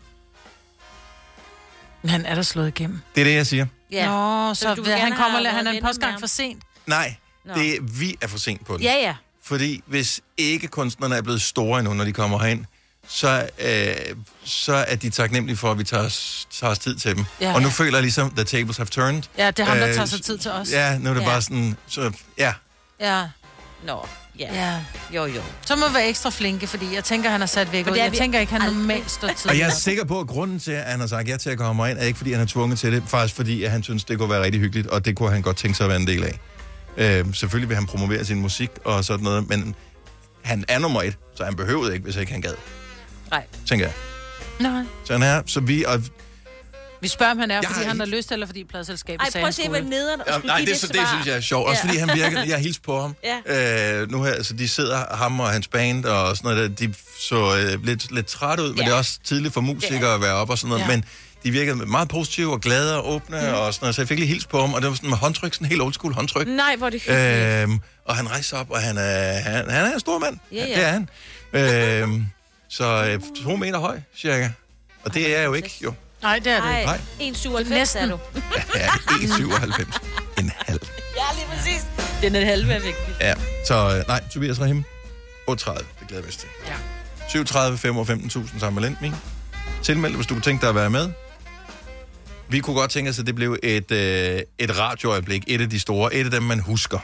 Han er der slået igennem. Det er det, jeg siger. Ja. Nå, så, Så du vil så han gerne kommer, have han er været en venner postgang med for sent. Nej, Nå. det er, vi er for sent på den. Ja, ja. Fordi hvis ikke kunstnerne er blevet store endnu, når de kommer herind, så, øh, så er de taknemmelige for, at vi tager os, tager os tid til dem. Ja. Og nu føler jeg ligesom, the tables have turned. Ja, det er ham, der Øh, tager sig tid til os. Ja, nu er det Ja. bare sådan, så ja. Ja. Nå, ja. Ja. Jo, jo. Så må vi være ekstra flinke, fordi jeg tænker, han har sat væk For ud. det er Jeg vi tænker ikke, han aldrig. normalt står tid. Og jeg er sikker på, at grunden til, at han har sagt ja til at komme ind, er ikke, fordi han er tvunget til det. Faktisk fordi, at han synes, det kunne være rigtig hyggeligt, og det kunne han godt tænke sig at være en del af. Øh, selvfølgelig vil han promovere sin musik og sådan noget, men han er nummer et, så han behøvede ikke, hvis ikke han gad. Nej. Tænker jeg. Nej. Så han er, så vi... Og, Vi spørger, om han er, Jeg fordi har han har ikke- lyst, eller fordi pladselskabet Ej, sagde, prøv han at se, skulle. hvad nederen og Ja, skulle nej, give det, det så, svar. det synes jeg er sjovt. Også Ja. fordi han virker... Jeg har hilst på ham. Ja. Øh, nu her, altså, de sidder, ham og hans band og sådan noget, der, de så øh, lidt, lidt træt ud, men Ja. det er også tidligt for musikere at være op og sådan noget. Ja. Men de virkede meget positive og glade og åbne mm. og sådan noget, så jeg fik lige hils på ham, og det var sådan med håndtryk, sådan helt old school håndtryk. Nej, hvor er det hyggeligt. Øhm, og han rejser op, og han er, han, han er en stor mand. Ja, ja. Det er han. Øhm, så øh, to meter høj, cirka. Og det er jeg jo ikke, jo. Nej, det er det ikke. Nej. en komma syvoghalvfems er du. Jeg er en komma syvoghalvfems. En halv. Ja, lige præcis. Den er halve er vigtig. Ja, så øh, nej, Tobias Rahim. otteogtredive, det glæder jeg mig til. Ja. syvogtredive, femogfemten tusind sammen med Lendme. Tilmeld, hvis du kunne tænke dig at være med. Vi kunne godt tænke os, at det blev et, øh, et radioøjeblik. Et af de store. Et af dem, man husker.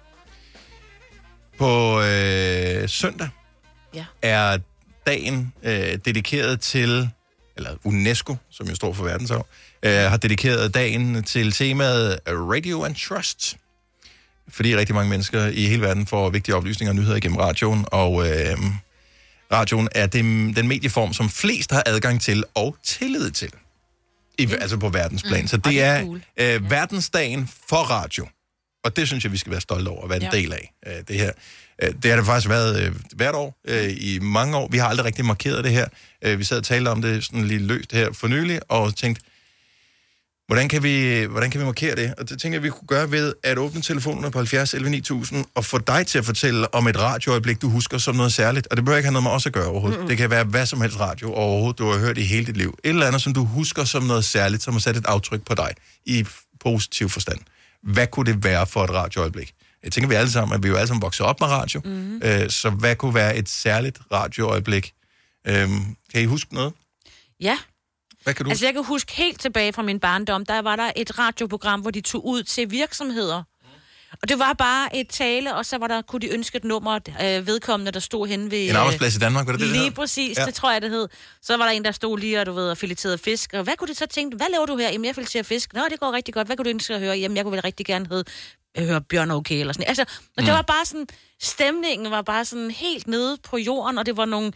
På øh, søndag ja. er dagen øh, dedikeret til, eller UNESCO, som jo står for verdensarv, øh, har dedikeret dagen til temaet Radio and Trust. Fordi rigtig mange mennesker i hele verden får vigtige oplysninger og nyheder gennem radioen, og øh, radioen er det, den medieform, som flest har adgang til og tillid til. I, mm. Altså på verdensplan. Mm. Så det, det er, er cool. øh, verdensdagen for radio. Og det synes jeg, vi skal være stolte over at være en ja. del af. Øh, det her. Øh, det har det faktisk været øh, hvert år øh, i mange år. Vi har aldrig rigtig markeret det her. Øh, vi sad og talte om det sådan lige løst her for nylig, og tænkte, hvordan kan vi, hvordan kan vi markere det? Og det tænker jeg, vi kunne gøre ved at åbne telefonerne på halvfjerds elleve ni tusind og få dig til at fortælle om et radioøjeblik, du husker som noget særligt. Og det behøver ikke have noget med os at gøre overhovedet. Mm-hmm. Det kan være hvad som helst radio overhovedet, du har hørt i hele dit liv. Et eller andet, som du husker som noget særligt, som har sat et aftryk på dig i positiv forstand. Hvad kunne det være for et radioøjeblik? Jeg tænker, vi alle sammen, at vi jo alle sammen vokser op med radio. Mm-hmm. Øh, så hvad kunne være et særligt radioøjeblik? Øhm, kan I huske noget? Ja. Hvad kan du Altså, jeg kan huske helt tilbage fra min barndom, der var der et radioprogram, hvor de tog ud til virksomheder. Og det var bare et tale, og så var der, kunne de ønske et nummer øh, vedkommende, der stod henne ved... En arbejdsplads i Danmark, var det det, Lige det hed? præcis, Ja. det tror jeg, det hed. Så var der en, der stod lige, og du ved, og fileterede fisk. Og hvad kunne de så tænke? Hvad laver du her? Jamen, jeg fileterer fisk. Nå, det går rigtig godt. Hvad kunne du ønske at høre? Jamen, jeg kunne vel rigtig gerne høre, høre Bjørn okay, eller sådan. Altså, og Mm. det var bare sådan... Stemningen var bare sådan helt nede på jorden, og det var nogle...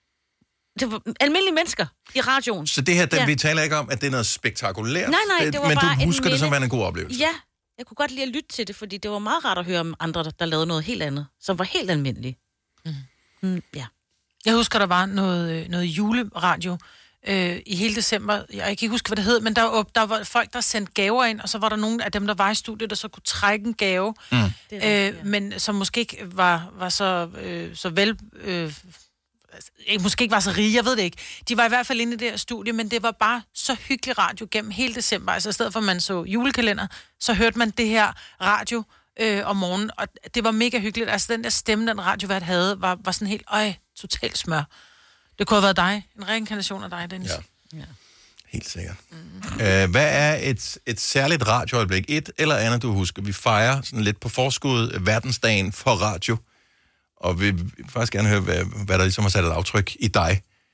Det var almindelige mennesker i radioen. Så det her, den, Ja. vi taler ikke om, at det er noget spektakulært. Nej, nej, det var men bare du et husker det minde. som værende en god oplevelse. Ja, jeg kunne godt lide at lytte til det, fordi det var meget rart at høre om andre, der, der lavede noget helt andet, som var helt almindeligt. Mm. Mm, ja. Jeg husker, der var noget, øh, noget juleradio øh, i hele december. Jeg kan ikke huske, hvad det hed, men der, var- der var folk, der sendte gaver ind, og så var der nogle af dem, der var i studiet, der så kunne trække en gave, Mm. øh, men som måske ikke var, var så, øh, så vel... Øh, altså, måske ikke var så rige, jeg ved det ikke. De var i hvert fald inde i det her studie, men det var bare så hyggelig radio gennem hele december. Altså i stedet for, at man så julekalender, så hørte man det her radio øh, om morgenen, og det var mega hyggeligt. Altså den der stemme, den radiovært havde, var, var sådan helt, øj, totalt smør. Det kunne have været dig. En reinkarnation af dig, Dennis. Ja. Helt sikkert. Mm. Øh, hvad er et, et særligt radioøjeblik? Et eller andet, du husker? Vi fejrer sådan lidt på forskud verdensdagen for radio. Og vi vil faktisk gerne høre, hvad, hvad der ligesom har sat et aftryk i dig.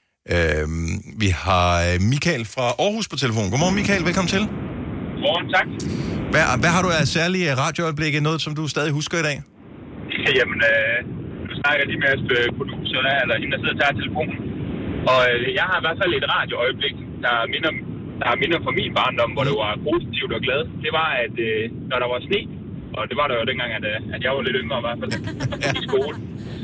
Øhm, vi har Michael fra Aarhus på telefon. Godmorgen, Michael. Velkommen til. Godmorgen, tak. Hvad, hvad har du af særlige radioøjeblikke? Noget, som du stadig husker i dag? Jamen, øh, du snakker lige med at producer, eller hende, der sidder og tager telefonen. Og øh, jeg har i hvert fald et radioøjeblik, der minder, der minder fra min barndom, hvor det var positivt og glad. Det var, at øh, når der var sne, og det var der jo dengang, at, at jeg var lidt yngre i hvert fald, i skole.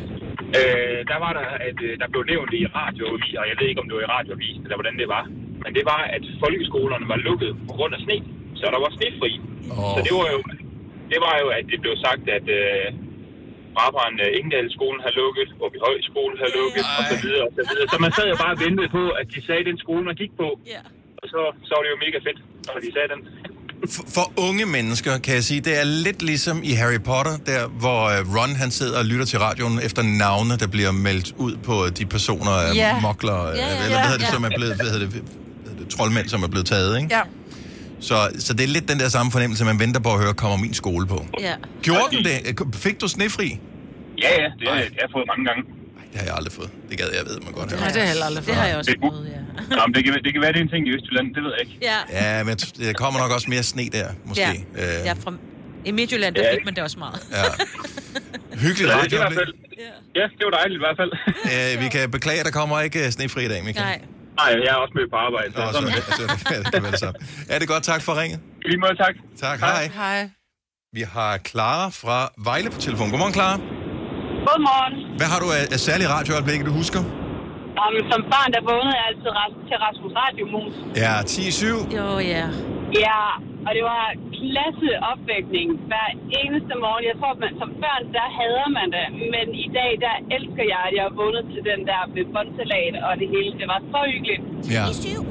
Øh, der var der, at øh, der blev nævnt i radioavis, og jeg ved ikke, om det var i radioavis, eller hvordan det var. Men det var, at folkeskolerne var lukket på grund af sne, så der var snefri. Oh. Så det var jo, det var jo, at det blev sagt, at øh, Brabrand øh, Engdal-skolen havde lukket, og vi Højskole havde lukket, Ej. og så videre, og så videre. Så man sad jo bare og ventede på, at de sagde den skole, man gik på. Yeah. Og så, så var det jo mega fedt, når de sagde den. For, for unge mennesker, kan jeg sige, det er lidt ligesom i Harry Potter, der hvor Ron han sidder og lytter til radioen efter navne, der bliver meldt ud på de personer, Ja. mokler, Ja, ja, eller hvad hedder det, ja. som er blevet, hvad hedder det, troldmænd, som er blevet taget, ikke? Ja. Så, så det er lidt den der samme fornemmelse, man venter på at høre, kommer min skole på. Ja. Gjorde den det? Fik du snefri? Ja, ja, det har jeg, det har jeg fået mange gange. Nej, det har jeg aldrig fået. Det gad jeg ved mig godt. Nej, det har jeg heller aldrig fået. Det har jeg også Det, prøvet, ja. Nå, men det, kan, det kan være, det er en ting i Østjylland, det ved jeg ikke. Ja. Ja, men der kommer nok også mere sne der, måske. Ja. Øh, Ja, fra, i Midtjylland, der Ja. fik man det også meget. ja. Hyggeligt Ja, det er i hvert radiooplæg. fald, ja, det var dejligt i hvert fald. Øh, vi kan beklage, at der kommer ikke øh, snefri i dag, Michael. Nej. Nej, jeg er også med på arbejde. Så Nå, så, sådan er det. så, så, det kan være så. Er det godt? Tak for ringet. I lige måde, tak. Tak, hej. Hej. Vi har Clara fra Vejle på telefon. Godmorgen, Clara. Godmorgen. Hvad har du af, af særlige radioøjeblikke, du husker? Um, som barn, der vågnede jeg altid ras- til Rasmus Radiomus. Ja, ti syv. Jo, ja. Ja, og det var klasse opvækning hver eneste morgen. Jeg tror, man som børn, der hader man det. Men i dag, der elsker jeg, at jeg er vågnet til den der med båndsalat og det hele. Det var så hyggeligt. Ja.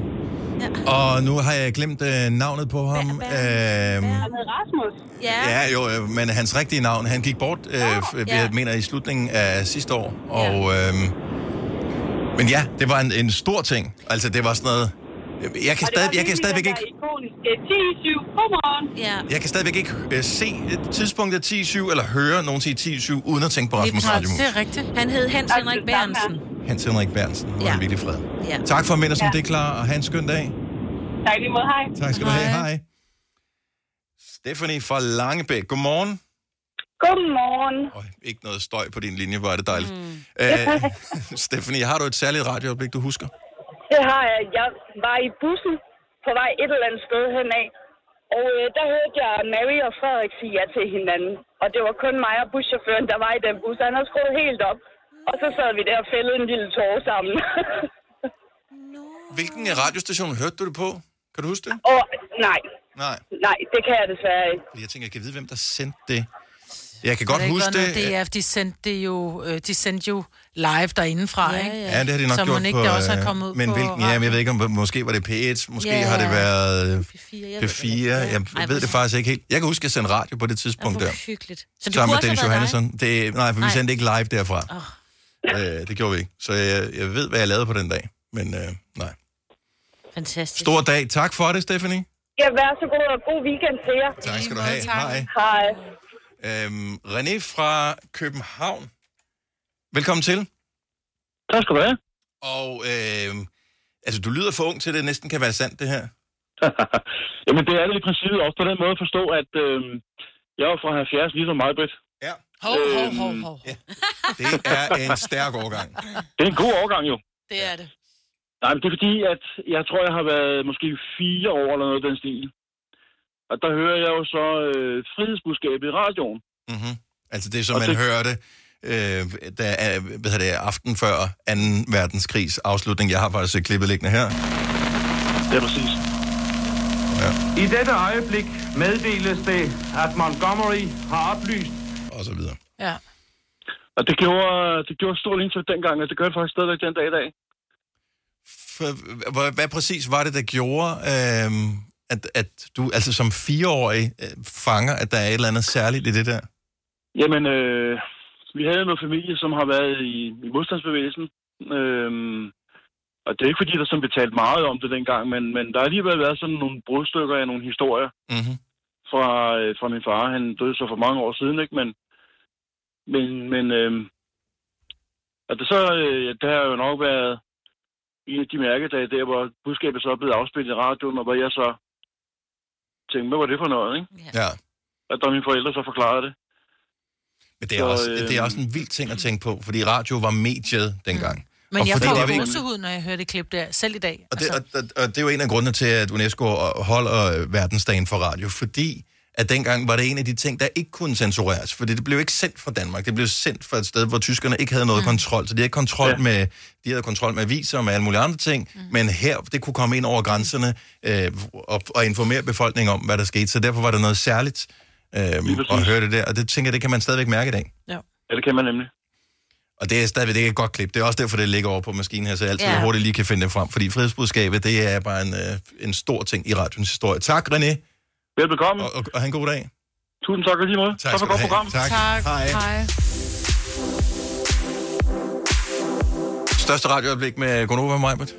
Og nu har jeg glemt øh, navnet på ham. Øhm, Han hed Rasmus. Ja. ja, jo, øh, men hans rigtige navn, han gik bort, øh, oh, jeg ja. mener, i slutningen af sidste år. Og, øh, men ja, det var en, en stor ting. Altså, det var sådan noget... Jeg kan, stadig, jeg kan stadigvæk ikke... Det er ti syv. Godmorgen. Ja. Jeg kan stadigvæk ikke øh, se et tidspunkt af ti syv, eller høre nogen sige ti syv, uden at tænke på Rasmus Radiomus. Det er rigtigt. Han hed Hans Henrik Bærentsen. Hans Henrik Bærentsen. Nu er Ja. han virkelig fred. Ja. Tak for at minde os om Ja. det, Clara, og have en skøn dag. Tak lige mod. Hej. Tak skal du have. Hej. Stephanie fra Langebæk. Godmorgen. Godmorgen. Og ikke noget støj på din linje, hvor er det dejligt. Mm. Øh, Stephanie, har du et særligt radioøjeblik, du husker? Det har jeg. Jeg var i bussen på vej et eller andet sted henad. Og øh, der hørte jeg Mary og Frederik sige ja til hinanden. Og det var kun mig og buschaufføren, der var i den bus. Han havde skruet helt op. Og så sad vi der og fældede en lille tårer sammen. Hvilken radiostation hørte du det på? Kan du huske det? Og nej, Nej. nej, det kan jeg desværre ikke. Fordi jeg tænker, jeg kan vide, hvem der sendte det. Jeg kan godt Det er huske ikke det. noget D F, de sendte det jo, øh, de sendte jo live derindefra, Ja, ikke? Ja, det har de nok Så gjort mon ikke på... det også er øh, kommet ud men på hvilken, ja, men jeg ved ikke, om måske var det P et, måske Ja, har det været P fire, jeg P fire. Jeg Ej, ved det faktisk ikke helt. Jeg kan huske, at jeg sendte radio på det tidspunkt der. Hvor hyggeligt. Så det Sammen kunne med også Dennis have været dig. Johannesson. Det, nej, for vi Nej. sendte ikke live derfra. Åh. Øh, det gjorde vi ikke. Så jeg, jeg ved, hvad jeg lavede på den dag. Men øh, nej. Fantastisk. Stor dag. Tak for det, Stephanie. Ja, vær så god og god weekend til jer. Tak skal du have. Hej. Hej. Øhm, René fra København. Velkommen til. Tak skal du have. Og øh, altså, du lyder for ung til, at det næsten kan være sandt, det her. Jamen, det er det i princippet også på den måde at forstå, at øh, jeg er fra halvfjerds, ligesom mig, Britt. Ja. Hov, hov, hov, hov. Ja. Det er en stærk årgang. Det er en god årgang, jo. Det er det. Nej, men det er fordi, at jeg tror, jeg har været måske fire år eller noget af den stil. Og der hører jeg jo så øh, frihedsbudskabet i radioen. Mm-hmm. Altså det, som Og man det- hørte, øh, der er, hvad hedder det, aften før anden verdenskrigs afslutning. Jeg har faktisk et klippet liggende her. Ja, præcis. Ja. I dette øjeblik meddeles det, at Montgomery har oplyst. Og så videre. Ja. Og det gjorde, det gjorde stort indtryk dengang, og det gør det faktisk stadigvæk den dag i dag. For, hvad, hvad præcis var det, der gjorde, øh, at, at du altså som fireårig øh, fanger, at der er et eller andet særligt i det der? Jamen, øh, vi havde noget familie, som har været i, i modstandsbevægelsen. Øhm, og det er ikke fordi, der som vi talte meget om det dengang, men, men der har alligevel været sådan nogle brudstykker af nogle historier mm-hmm. fra, øh, fra min far. Han døde så for mange år siden, ikke? Men, men, men øh, og det, så, øh, det har jo nok været en af de mærkedage der, hvor budskabet så er blevet afspillet i radioen, og hvor jeg så tænkte, hvad var det for noget, ikke? Ja. Og da mine forældre så forklarede det. Men det er, Så, også, øh, det er også en vild ting at tænke på, fordi radio var mediet dengang. Men Og jeg fordi får det er jo ikke- gåsehud, når jeg hører det klip der, selv i dag. Og det, og, og, og det er jo en af grundene til, at UNESCO holder verdensdagen for radio, fordi at dengang var det en af de ting, der ikke kunne censureres, fordi det blev ikke sendt fra Danmark, det blev sendt fra et sted, hvor tyskerne ikke havde noget mm. kontrol, så de havde ikke kontrol Ja. med, de havde kontrol med aviser og med alle mulige andre ting, mm. men her, det kunne komme ind over grænserne øh, og, og informere befolkningen om, hvad der skete, så derfor var det noget særligt øh, at høre det der, og det tænker jeg, det kan man stadigvæk mærke i dag. Ja, ja det kan man nemlig. Og det er stadigvæk det er et godt klip. Det er også derfor, det ligger over på maskinen her, så jeg altid Ja. hurtigt lige kan finde det frem. Fordi frihedsbudskabet, det er bare en, øh, en stor ting i radions historie. Tak, René. Velbekomme. Og, og, og have en god dag. Tusind tak og lige måde. Tak for skal godt du have. program. Tak. Tak. Hej. Hej. Største radioøjeblik med Gonova Majbert.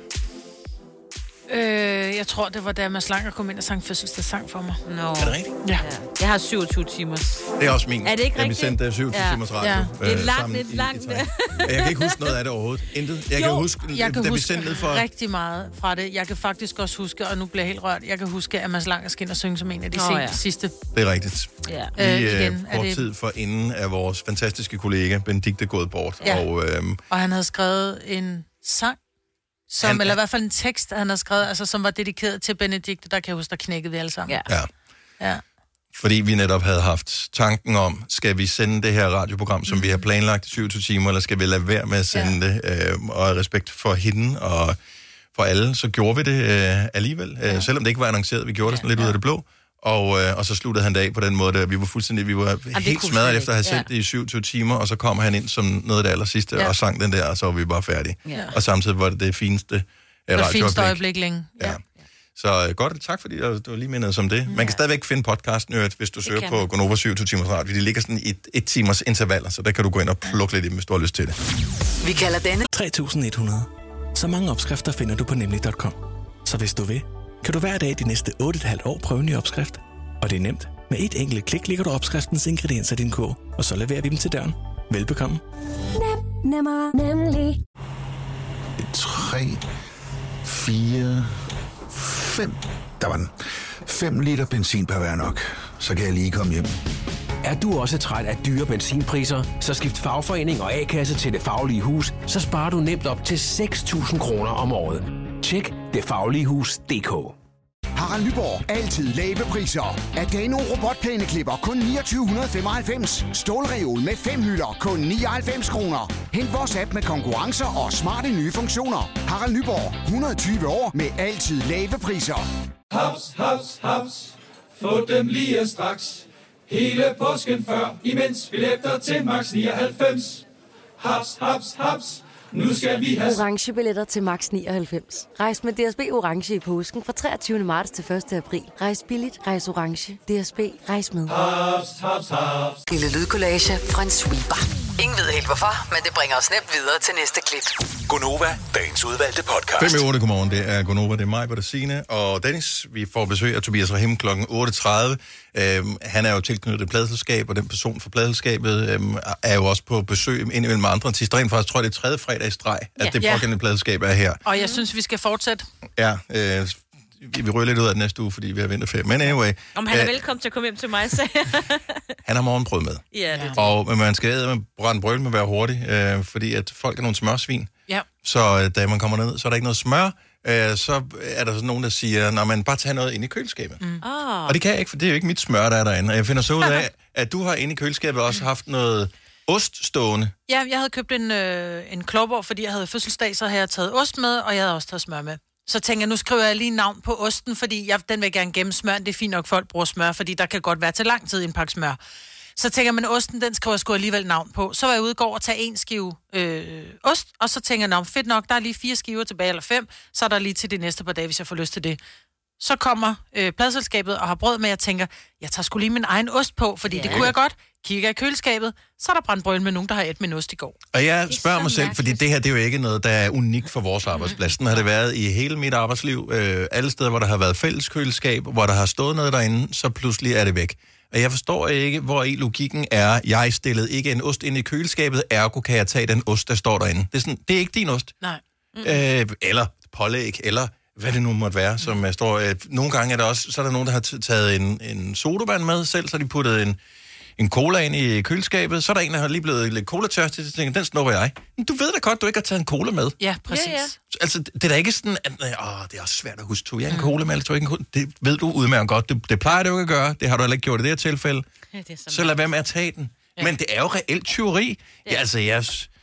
Øh, jeg tror, det var da Mads Langer kom ind og sang fødselsdagssang for mig. Nå. Er det rigtigt? Ja. Ja. Jeg har syvogtyve timers. Det er også min. Er det ikke da vi rigtigt? sendte syvogtyve Ja. timers radio. Ja. Det er øh, langt, sammen lidt i- langt. i træk. Jeg kan ikke huske noget af det overhovedet. Intet. Jeg kan Jo, huske, jeg kan da vi huske sendte ned for... rigtig meget fra det. Jeg kan faktisk også huske, og nu bliver jeg helt rørt, jeg kan huske, at Mads Langer skal ind og synge som en af de Nå, oh, ja. sidste. Det er rigtigt. Ja. Lige Øh, øh, igen, er kort det- tid for inden af vores fantastiske kollega, Benedikte, gået bort. Ja. Og øhm, Og han havde skrevet en sang, som, Han- eller i hvert fald en tekst, han havde skrevet, altså, som var dedikeret til Benedikte. Der kan jeg huske, der knækkede vi alle sammen. Ja. ja, Ja. fordi vi netop havde haft tanken om, skal vi sende det her radioprogram, som mm. vi har planlagt i syvogtyve timer, eller skal vi lade være med at sende ja. det? Øh, og af respekt for hende og for alle, så gjorde vi det øh, alligevel. Ja. Øh, selvom det ikke var annonceret, vi gjorde det sådan lidt ja. ud af det blå. Og, øh, og så sluttede han det af på den måde, at vi var fuldstændig, vi var Jamen, helt kunne smadret slet efter at have ikke. sendt det i syvogtyve timer, og så kom han ind som noget af det aller sidste Ja. og sang den der, og så var vi bare færdige. Ja. Og samtidig var det det fineste øh, Det var fineste radiooplæg. øjeblik længe. Ja. Så øh, godt, tak fordi du var lige mindet os om det. Man kan stadigvæk finde podcasten, øvrigt, hvis du søger kan på man. Gonova syvogtyve timers radio. De ligger sådan i et, et timers intervaller, så der kan du gå ind og plukke lidt i dem, hvis du har lyst til det. Vi kalder denne tre tusind et hundrede. Så mange opskrifter finder du på nemlig punktum com. Så hvis du vil, kan du hver dag de næste otte komma fem år prøve en ny opskrift. Og det er nemt. Med et enkelt klik ligger du opskriftens ingredienser i din kog, og så leverer vi dem til døren. Velbekomme. Nem, nemmer, nemlig. tre, fire, fem. Der var den. fem liter benzin per hver nok. Så kan jeg lige komme hjem. Er du også træt af dyre benzinpriser, så skift fagforening og A-kasse til Det Faglige Hus, så sparer du nemt op til seks tusind kroner om året. Tjek det faglige hus punktum d k. Harald Nyborg. Altid lave priser. Adano robotplæneklipper kun niogtyve femoghalvfems. Stålreol med fem hylder kun nioghalvfems kroner. Hent vores app med konkurrencer og smarte nye funktioner. Harald Nyborg. hundrede og tyve år med altid lave priser. Haps, haps, haps. Få dem lige straks. Hele påsken før, imens billetter til max nioghalvfems. Haps, haps, haps. Nu skal vi have... Orange billetter til max nioghalvfems. Rejs med D S B Orange i påsken fra treogtyvende marts til første april. Rejs billigt, rejs orange. D S B, rejs med. Haps, haps, haps. lille lydkollage fra en sweeper. Ingen ved helt hvorfor, men det bringer os nemt videre til næste klip. Gonova, dagens udvalgte podcast. fem i otte, godmorgen. Det er Gonova, det er mig, Bertine og Dennis. Vi får besøg af Tobias Rahim klokken otte tredive. Øhm, han er jo tilknyttet et pladeselskab, og den person fra pladeselskabet øhm, er jo også på besøg indimellem med andre. Til rent faktisk tror jeg, det er tredje fredag i streg, at Ja. det Ja. pågældende pladeselskab er her. Og jeg synes, vi skal fortsætte. Ja, øh, vi vi ryger lidt ud af den næste uge, fordi vi har vinterferie. Men anyway, Om han er øh, velkommen til at komme hjem til mig, sagde han har morgenbrød med. Ja, det er det. Og men man skal med brænde brøl med at være hurtig, øh, fordi at folk er nogle smørsvin. Ja. Så øh, da man kommer ned, så er der ikke noget smør. Øh, så er der sådan nogen, der siger, når man bare tager noget ind i køleskabet. Mm. Oh. Og det kan jeg ikke, for det er jo ikke mit smør, der er derinde. Og jeg finder så ud af, at du har inde i køleskabet også haft noget ost stående. Ja, jeg havde købt en, øh, en klubber, fordi jeg havde fødselsdag, så havde jeg taget ost med, og jeg havde også taget smør med. Så tænker jeg, nu skriver jeg lige navn på osten, fordi jeg, den vil gerne gemme smør. Det er fint nok, folk bruger smør, fordi der kan godt være til lang tid i en pakke smør. Så tænker jeg, men osten, den skriver jeg sgu alligevel navn på. Så var jeg ude i går og tage en skive øh, ost, og så tænker jeg, nå, fedt nok, der er lige fire skiver tilbage, eller fem, så er der lige til de næste par dage, hvis jeg får lyst til det. Så kommer øh, pladselskabet og har brød med, jeg tænker, jeg tager sgu lige min egen ost på, fordi ja. det kunne jeg godt. Kigger i køleskabet, så er der brændt brød med nogen, der har et med ost i går. Og jeg spørger mig selv, mærkeligt. Fordi det her, det er jo ikke noget, der er unikt for vores arbejdsplads. Den har det været i hele mit arbejdsliv. Øh, alle steder, hvor der har været fælles køleskab, hvor der har stået noget derinde, så pludselig er det væk. Og jeg forstår ikke, hvor i logikken er, jeg stillede ikke en ost ind i køleskabet, ergo kan jeg tage den ost, der står derinde. Det er, sådan, det er ikke din ost. Nej. Mm. Øh, eller pålæg, eller hvad det nu måtte være, som mm. står... Øh, nogle gange er der også, så er der nogen, der har t- taget en, en sodavand med selv, så har de puttet en, en cola ind i køleskabet, så er der en, der har lige blevet lidt cola-tørstig, så tænker den snupper jeg. Men du ved da godt, du ikke har taget en cola med. Ja, præcis. Ja, ja. Altså, det er da ikke sådan, at åh, det er også svært at huske, tog jeg en cola med, eller tog jeg ikke en cola? Det ved du udmærket godt. Det, det plejer du ikke at gøre. Det har du heller ikke gjort i det her tilfælde. Ja, det er så, så lad være med at tage den. Ja. Men det er jo reelt tyveri. Ja. Ja, altså, jeg,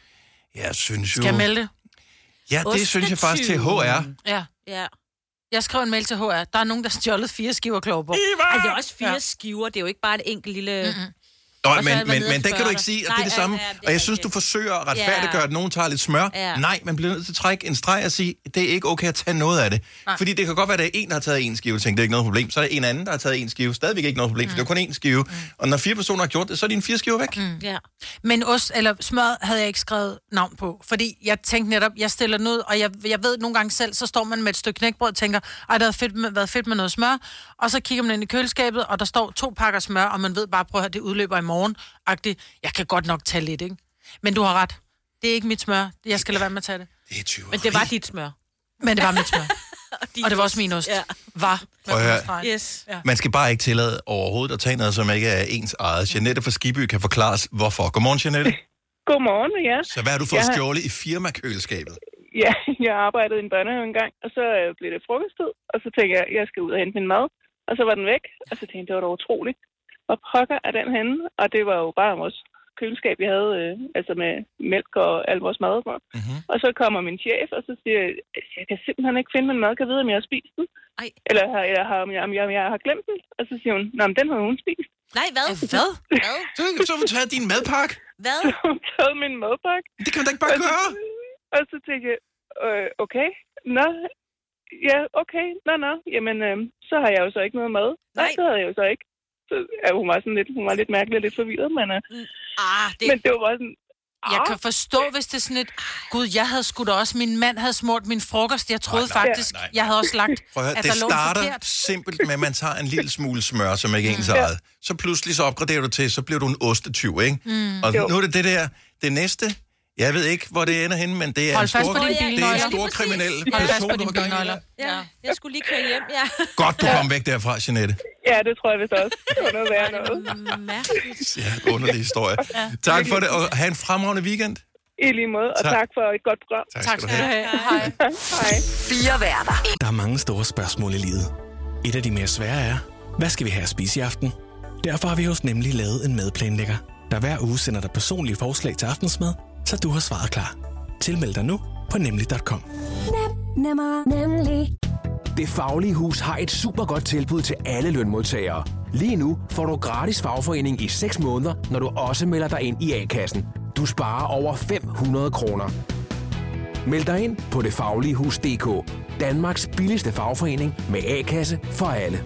jeg synes jo... Skal jeg melde det? Ja, det Ostetyven. Synes jeg faktisk til H R. Ja. Ja. Jeg skrev en mail til H R. Der er nogen, der har stjålet fire skiver Klovborg. Ej, det er også fire ja. skiver. Det er jo ikke bare et enkelt lille... Mm-hmm. Nå, men, men, men det kan du ikke sige, at det er det samme. Og jeg synes, du forsøger at retfærdiggøre, at nogen tager lidt smør. Ja. Nej, man bliver nødt til at trække en streg og sige, det er ikke okay at tage noget af det. Nej. Fordi det kan godt være, at der er en, der har taget en skive, og tænker, det er ikke noget problem. Så er der en anden, der har taget en skive. Stadigvæk ikke noget problem, for det er kun en skive. Og når fire personer har gjort det, så er dine fire skiver væk. Mm. Ja. Men ost eller smør havde jeg ikke skrevet navn på, fordi jeg tænkte netop, jeg stiller den ud, og jeg, jeg ved nogle gange selv, så står man med et stykke knækbrød og tænker, ej, det havde fedt med, været fedt med noget smør, og så kigger man ind i køleskabet, og der står to pakker smør, og man ved bare, prøv at høre, det udløber i morgen. -agtigt. Jeg kan godt nok tage lidt, ikke? Men du har ret. Det er ikke mit smør. Jeg skal lade være med at tage det. Det er tyveri. Men det var dit smør. Men det var mit smør. Og det var også min ost. Ja. Var. Prøv at høre. Yes. Ja. Man skal bare ikke tillade overhovedet at tage noget, som ikke er ens eget. Jeanette fra Skibby kan forklare hvorfor. Godmorgen, Jeanette. Godmorgen, ja. Så hvad har du fået Jeg har- stjålet i firmakøleskabet? Ja, jeg arbejdede i en børnehave en gang, og så øh, blev det frokosttid, og så tænkte jeg, jeg skal ud og hente min mad. Og så var den væk, og så tænkte jeg, det var da utroligt. Hvor pokker er den henne? Og det var jo bare vores køleskab, vi havde, øh, altså med mælk og al vores mad. Mm-hmm. Og så kommer min chef, og så siger jeg, jeg kan simpelthen ikke finde min mad, kan jeg vide, om jeg har spist den? Ej. Eller har jeg, har, om jeg, om jeg, om jeg har glemt den? Og så siger hun, nå, men den har hun spist. Nej, hvad? Hvad? Hvad? Så, så har du taget din madpakke. Hvad? Så har hun taget min madpakke. Det kan man da ikke bare og så, gøre. Og så tænkte jeg, øh, okay, nå, ja, okay, nå, nå, jamen, øh, så har jeg jo så ikke noget mad. Nej, Nej det havde jeg jo så ikke. Så ja, hun var sådan lidt, hun var lidt mærkelig og lidt forvirret, men, øh, Ah, det... men det var bare sådan, Jeg kan forstå, hvis det er sådan et... Gud, jeg havde sgu da også... Min mand havde smurt min frokost. Jeg troede Nej, nej, faktisk, nej, nej. jeg havde også lagt, Prøv at høre, at det der lå starter forkert. simpelt med, at man tager en lille smule smør, som ikke er ens Ja. eget. Så pludselig så opgraderer du til, så bliver du en ostetyv, ikke? Mm. Og Jo. nu er det det der, det næste, jeg ved ikke, hvor det ender henne, men det er Hold en fast stor, på dine det er bilnøgler. en stor kriminel Hold fast på person, du dine har gang i. bilnøgler. Ja, jeg skulle lige køre hjem, ja. Godt, du kom væk derfra, Jeanette. ja, det tror jeg vist også. Det var noget værre noget. Mærkeligt. Ja, underlig historie. Tak for det, og have en fremragende weekend. I lige måde, og Tak. tak for et godt program. Tak skal du have. Hej. Hej. Fire værter. Der er mange store spørgsmål i livet. Et af de mere svære er, hvad skal vi have at spise i aften? Derfor har vi hos Nemlig lavet en madplanlægger, der hver uge sender dig personlige forslag til aftensmad, så du har svaret klar. Tilmeld dig nu på nemlig punktum com. Nem, nemmer, nemlig. Det Faglige Hus har et super godt tilbud til alle lønmodtagere. Lige nu får du gratis fagforening i seks måneder, når du også melder dig ind i A-kassen. Du sparer over fem hundrede kroner. Meld dig ind på det faglige hus punktum d k. Danmarks billigste fagforening med A-kasse for alle.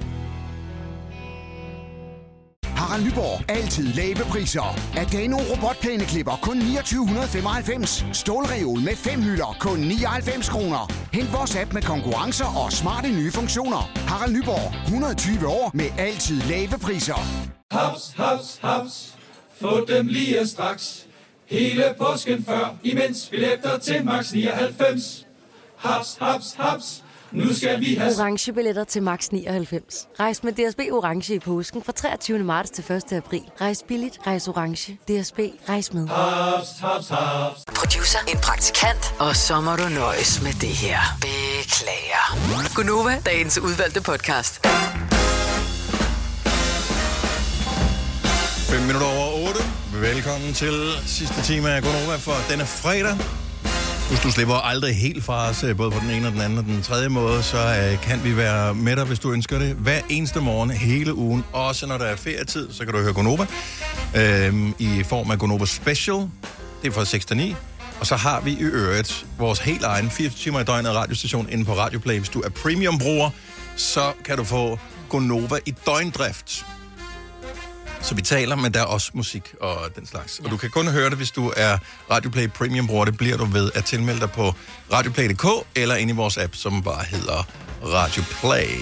Harald Nyborg. Altid lave priser. Adano robotplæneklipper kun niogtyve femoghalvfems. Stålreol med fem hylder kun nioghalvfems kroner. Hent vores app med konkurrencer og smarte nye funktioner. Harald Nyborg. hundrede og tyve år med altid lave priser. Haps, haps, haps. Få dem lige straks. Hele påsken før, imens billetter til max nioghalvfems. Haps, haps, haps. Nu skal vi have... Orange billetter til max nioghalvfems. Rejs med D S B Orange i påsken fra treogtyvende marts til første april. Rejs billigt, rejs orange. D S B, rejs med. Haps, haps, haps. Producer, en praktikant, og så må du nøjes med det her. Beklager. Gunova, dagens udvalgte podcast. fem minutter over otte. Velkommen til sidste time af Gonova for denne fredag. Hvis du slipper aldrig helt fra os, både på den ene og den anden og den tredje måde, så uh, kan vi være med dig, hvis du ønsker det. Hver eneste morgen, hele ugen, også når der er ferietid, så kan du høre Gonova øhm, i form af Gonova Special. Det er fra seks til ni. Og så har vi i øvrigt vores helt egen fireogtyve timer i døgnet radiostation inde på Radioplay. Hvis du er premium-bruger, så kan du få Gonova i døgndrift. Så vi taler, men der er også musik og den slags. Ja. Og du kan kun høre det, hvis du er Radioplay Premium-bruger. Det bliver du ved at tilmelde dig på radioplay punktum d k eller inde i vores app, som bare hedder Radioplay.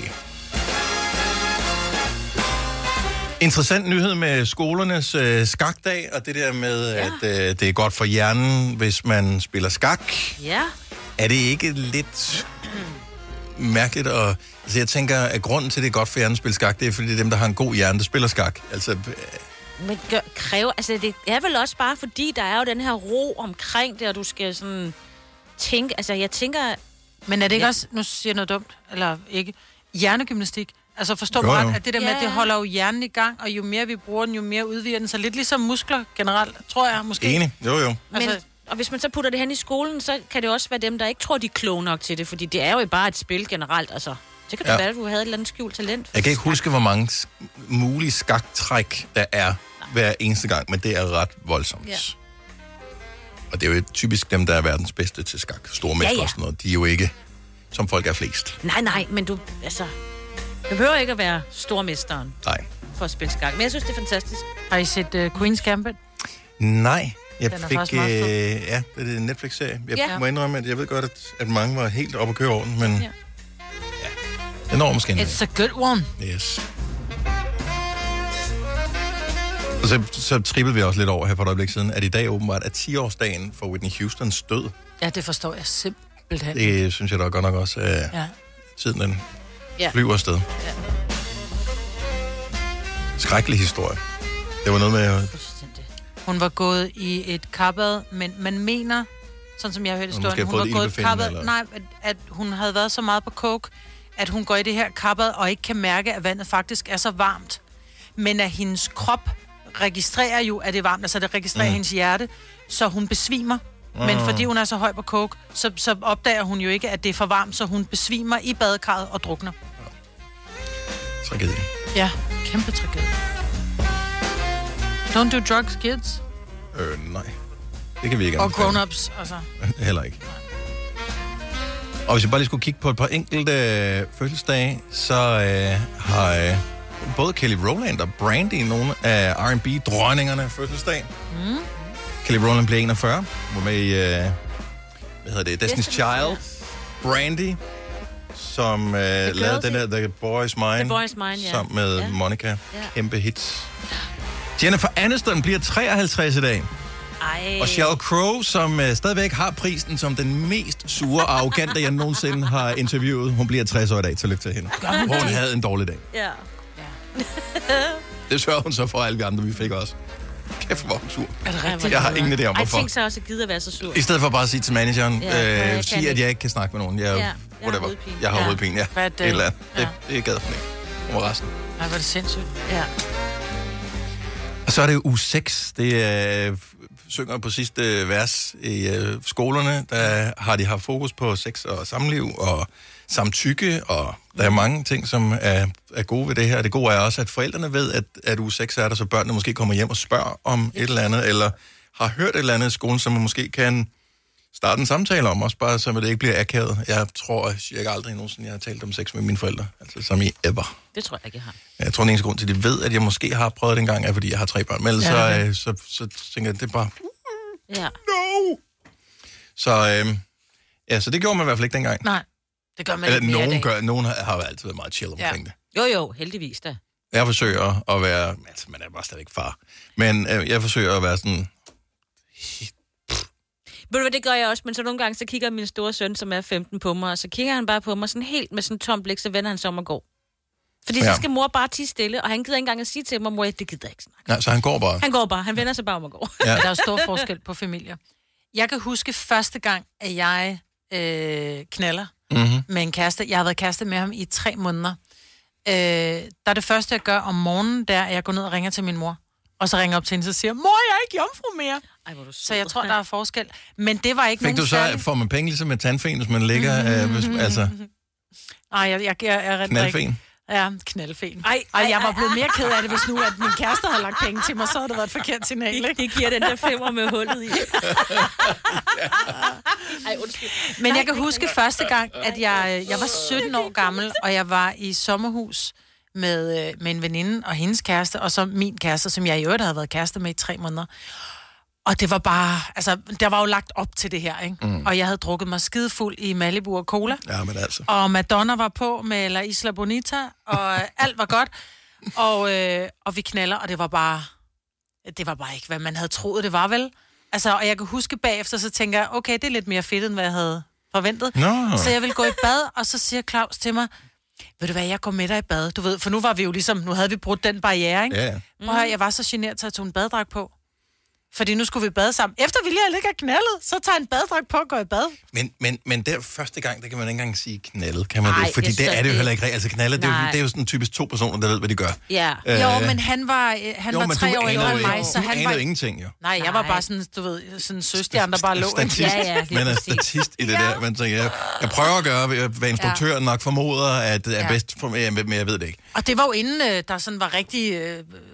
Interessant nyhed med skolernes øh, skakdag, og det der med, ja. at øh, det er godt for hjernen, hvis man spiller skak. Ja. Er det ikke lidt mærkeligt? Og, altså jeg tænker, at grunden til, at det er godt for hjernen at spille skak, det er, fordi det er dem, der har en god hjerne, der spiller skak. Altså, øh, Men gør, kræver, altså det er vel også bare fordi, der er jo den her ro omkring det, og du skal sådan tænke, altså jeg tænker... Men er det ikke ja. også, nu siger jeg noget dumt, eller ikke, hjernegymnastik? Altså forstå Jo, mig jo. ret, at det der med, Ja. at det holder jo hjernen i gang, og jo mere vi bruger den, jo mere udvider den sig. Lidt ligesom muskler generelt, tror jeg måske. enig? Jo, jo. Men, Altså- og hvis man så putter det hen i skolen, så kan det også være dem, der ikke tror, de er kloge nok til det, fordi det er jo bare et spil generelt, altså. Så kan det Ja. være, at du havde et eller andet skjult talent. Jeg kan ikke huske, hvor mange sk- mulige skaktræk der er. hver eneste gang, men det er ret voldsomt. Ja. Og det er jo typisk dem, der er verdens bedste til skak. Store mestre ja, ja. og sådan noget. De er jo ikke, som folk er flest. Nej, nej, men du, altså... Du behøver ikke at være stormesteren. Nej. For at spille skak. Men jeg synes, det er fantastisk. Har I set uh, Queen's Gambit? Nej. Jeg den fik... Øh, ja, det er en Netflix-serie. Jeg ja. må indrømme, at jeg ved godt, at, at mange var helt oppe at køre over den, men... Ja. ja. Den når måske en It's a good one. Yes. Og så, så trippede vi også lidt over her for et øjeblik siden, at i dag åbenbart er ti-årsdagen for Whitney Houstons død. Ja, det forstår jeg simpelthen. Det synes jeg da godt nok også, at ja. tiden den ja. flyver afsted. Ja. Skrækkelig historie. Det var noget med... Hun var gået i et karbad, men man mener, sådan som jeg har hørt historien, hun var gået i et karbad, nej, at, at hun havde været så meget på coke, at hun går i det her karbad og ikke kan mærke, at vandet faktisk er så varmt. Men at hendes krop registrerer jo, at det er varmt, altså det registrerer mm. hendes hjerte, så hun besvimer. Mm. Men fordi hun er så høj på coke, så, så opdager hun jo ikke, at det er for varmt, så hun besvimer i badekarret og drukner. Ja. Tragedie. Ja, kæmpe tragedie. Don't do drugs, kids. Øh, nej. Det kan vi ikke. Og grown-ups, altså. Heller ikke. Og hvis jeg bare lige skulle kigge på et par enkelte øh, fødselsdage, så øh, har øh, både Kelly Rowland og Brandy, nogle af R and B-dronningerne, fødselsdag. Mm. Kelly Rowland blev enogfyrre, var med i, øh, hvad hedder det, Destiny's Child. Brandy, som øh, lavede den der The Boy's Mine, The Boy's Mine ja. sammen med ja. Monica. Ja. Kæmpe hits. Jennifer Aniston bliver treoghalvtreds i dag. Ej. Og Sheryl Crow, som uh, stadigvæk har prisen som den mest sure og arrogante, jeg nogensinde har interviewet. Hun bliver tres år i dag. Tillykke til hende. Hun havde en dårlig dag. Ja. ja. Det sørger hun så for alle vi andre, vi fik også. Kæft, hvor hun sur. Er det rigtigt? Jeg har ingen idé om, hvorfor. Jeg tænker så også at gide at være så sur. I stedet for bare at sige til manageren, ja, øh, sige, at jeg ikke kan snakke med nogen. Jeg, ja, jeg har hovedpine. Jeg har hovedpine, ja. Hvad det? Et eller andet. Ja. Det, det er gad hun ikke. Hun var resten. Ej, hvor er det sindssygt. Ja. Og så er det jo uge seks. Det er... synger på sidste vers i øh, skolerne, der har de haft fokus på sex og samliv og samtykke, og der er mange ting, som er, er gode ved det her. Det gode er også, at forældrene ved, at, at uge seks er der, så børnene måske kommer hjem og spørger om et eller andet, eller har hørt et eller andet i skolen, som man måske kan starte en samtale om, også bare så det ikke bliver akavet. Jeg tror cirka aldrig nogensinde, jeg har talt om sex med mine forældre, altså som i ever. Det tror jeg ikke, jeg har. Jeg tror, den eneste grund til, at de ved, at jeg måske har prøvet det engang, er, fordi jeg har tre børn. Men ellers ja, så, så, så, så tænker jeg, det er bare... Ja. No! Så, øhm, ja, så det gjorde man i hvert fald ikke dengang. Nej, det gør man Eller, ikke mere nogen i dag. gør, nogen har, har altid været meget chill omkring ja. det. Jo, jo, heldigvis da. Jeg forsøger at være... Altså, man er bare stadig ikke far. Men øh, jeg forsøger at være sådan... Ved du hvad, det gør jeg også, men så nogle gange, så kigger min store søn, som er femten, på mig, og så kigger han bare på mig sådan helt med sådan en tom blik, så vender han sig om og går. Fordi ja. så skal mor bare tie stille, og han gider ikke engang at sige til mig, mor, det gider jeg ikke snakke. Nej, så han går bare. Han går bare, han vender sig bare om og går. Ja. Der er jo stor forskel på familier. Jeg kan huske første gang, at jeg øh, knaller mm-hmm. med en kæreste. Jeg har været kæreste med ham i tre måneder. Øh, der er det første, jeg gør om morgenen, der at jeg går ned og ringer til min mor. Og så ringer op til hende, så siger mor, jeg er ikke jomfru mere. Ej, hvor du så jeg tror, der er forskel. Men det var ikke Fik nogen du så, særlig... får man penge ligesom med tandfen, hvis man ligger... Mm-hmm. Øh, hvis, altså... Nej, jeg, jeg, jeg er ret knaldfen? Ja, knaldfen. Ej, ej, jeg var blevet mere ked af det, hvis nu, at min kæreste havde lagt penge til mig, så havde det været et forkert signal, ikke? Det giver den der femmer med hullet i. Ej, undskyld. Men jeg kan huske første gang, at jeg, jeg var sytten år gammel, og jeg var i sommerhus med, med en veninde og hendes kæreste, og så min kæreste, som jeg i øvrigt havde været kæreste med i tre måneder. Og det var bare, altså, der var jo lagt op til det her, ikke? Mm. Og jeg havde drukket mig skidefuld i Malibu og cola. Ja, men altså. Og Madonna var på med La Isla Bonita, og alt var godt. Og, øh, og vi knaller, og det var bare, det var bare ikke, hvad man havde troet, det var vel. Altså, og jeg kan huske bagefter, så tænker jeg, okay, det er lidt mere fedt, end hvad jeg havde forventet. No. Så jeg vil gå i bad, og så siger Claus til mig, ved du hvad, jeg går med dig i bad, du ved, for nu var vi jo ligesom, nu havde vi brudt den barriere, ikke? Ja. Prøv at høre, jeg var så genert til at tage en baddragt på. Fordi nu skulle vi bade sammen. Efter vi lige har ligget og knaldet, så tager en baddragt på og går i bad. Men, men, men der første gang, der kan man ikke engang sige knaldet, kan man Ej, det? Fordi det er det jo det. heller ikke. Altså knaldet, det er, jo, det er jo sådan typisk to personer, der ved, hvad de gør. Ja. Øh, jo, men han var, han jo, var tre år ældre end mig, så du han anede var... ingenting, jo. Nej, jeg var bare sådan, du ved, sådan en søstjerne, der bare lå. Statist. Ja, ja, man er statist i det ja. der. Man tænker, jeg, jeg prøver at gøre, hvad instruktøren nok formoder, at det er ja. bedst for mig, men jeg ved det ikke. Og det var jo inden, der sådan var rigtig... Øh,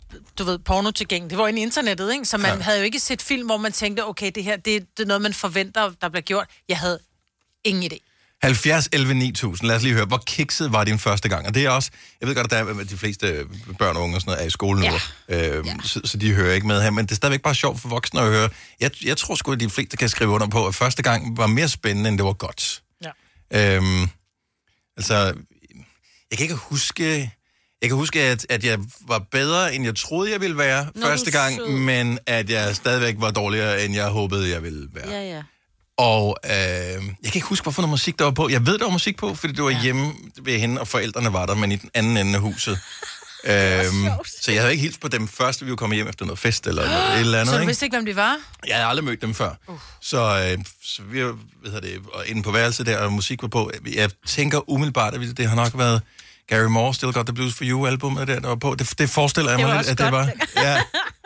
du ved, porno tilgængeligt. Det var inde i internettet, ikke? Så man ja. havde jo ikke set film, hvor man tænkte, okay, det her, det, det er noget, man forventer, der bliver gjort. Jeg havde ingen idé. halvfjerds elleve ni tusind. Lad os lige høre, hvor kikset var din første gang? Og det er også, jeg ved godt, at der er, de fleste børn og unge og sådan noget er i skole nu, ja. øhm, ja. Så, så de hører ikke med her, men det er stadigvæk bare sjovt for voksne at høre. Jeg, jeg tror sgu, at de fleste kan skrive under på, at første gang var mere spændende, end det var godt. Ja. Øhm, altså, jeg kan ikke huske... Jeg kan huske, at, at jeg var bedre, end jeg troede, jeg ville være Nå, første gang, sød. Men at jeg stadigvæk var dårligere, end jeg håbede, jeg ville være. Ja, ja. Og øh, jeg kan ikke huske, hvorfor noget musik der var på. Jeg ved, der var musik på, fordi det var ja. hjemme ved hende, og forældrene var der, men i den anden ende af huset. øhm, så jeg havde ikke hilst på dem først, vi var kommet hjem efter noget fest eller noget, et eller andet. Så du vidste ikke, hvem de var? Jeg havde aldrig mødt dem før. Uh. Så, øh, så vi var ved det, inde på værelset der, og musik var på. Jeg tænker umiddelbart, at det har nok været Gary Moore, Still Got the Blues for You-albumet der, der var på. Det, det forestiller jeg mig lidt, at det var. Ja.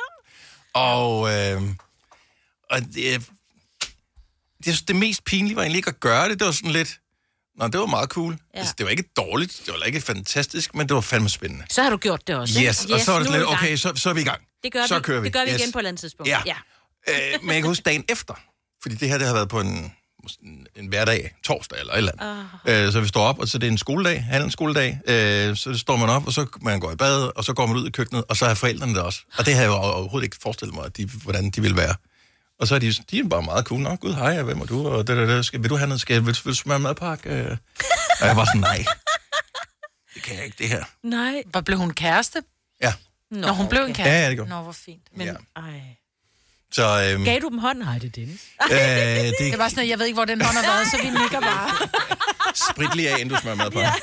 Og, øh, og det, det, det mest pinlige var egentlig ikke at gøre det. Det var sådan lidt... Nå, det var meget cool. Ja. Altså, det var ikke dårligt, det var ikke fantastisk, men det var fandme spændende. Så har du gjort det også, Yes, yes og så var det sådan lidt, okay, så, så er vi i gang. Det gør så vi, kører vi. Det gør vi yes. igen på et eller andet tidspunkt. Ja. ja. Øh, men jeg kan huske dagen efter, fordi det her, det har været på en, en, en hverdag, torsdag eller et eller andet. Uh. Øh, så vi står op, og så det er en skoledag, handel skoledag, øh, så står man op, og så man går i bad, og så går man ud i køkkenet, og så er forældrene der også. Og det har jeg jo overhovedet ikke forestillet mig, at de, hvordan de ville være. Og så er de, de er bare meget cool. Nå, gud, hej, hvem er du? Og det, det, det. Skal, vil du have noget? Skal, vil, vil du smøre madpakke? Øh. Og jeg var sådan, nej. Det kan jeg ikke, det her. Nej. Hvor blev hun kæreste? Ja. Nå, Nå hun blev en kæreste? Ja, ja, det gjorde. Nå, hvor fint. Men, ja. ej. Så, øhm, gav du dem hånden? Nej, det er Dennis. Øh, det... det var sådan, jeg ved ikke, hvor den hånd har været, så vi nikker bare. Sprit lige af, inden du smører madpakke. Ja.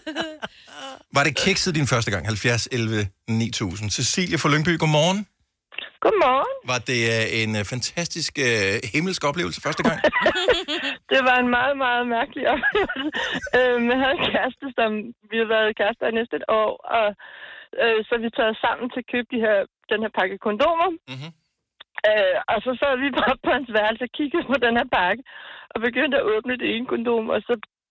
Var det kikset din første gang? halvfjerds elleve ni tusind. Cecilie fra Lyngby, godmorgen. Godmorgen. Var det uh, en uh, fantastisk uh, himmelsk oplevelse første gang? Det var en meget, meget mærkelig oplevelse. uh, jeg havde en kæreste, som vi har været kærester i næste et år, og uh, så vi taget sammen til at købe de her, den her pakke kondomer. Mm-hmm. Uh, og så sad vi bare på hans værelse og kiggede på den her pakke, og begyndte at åbne det ene kondom, og så...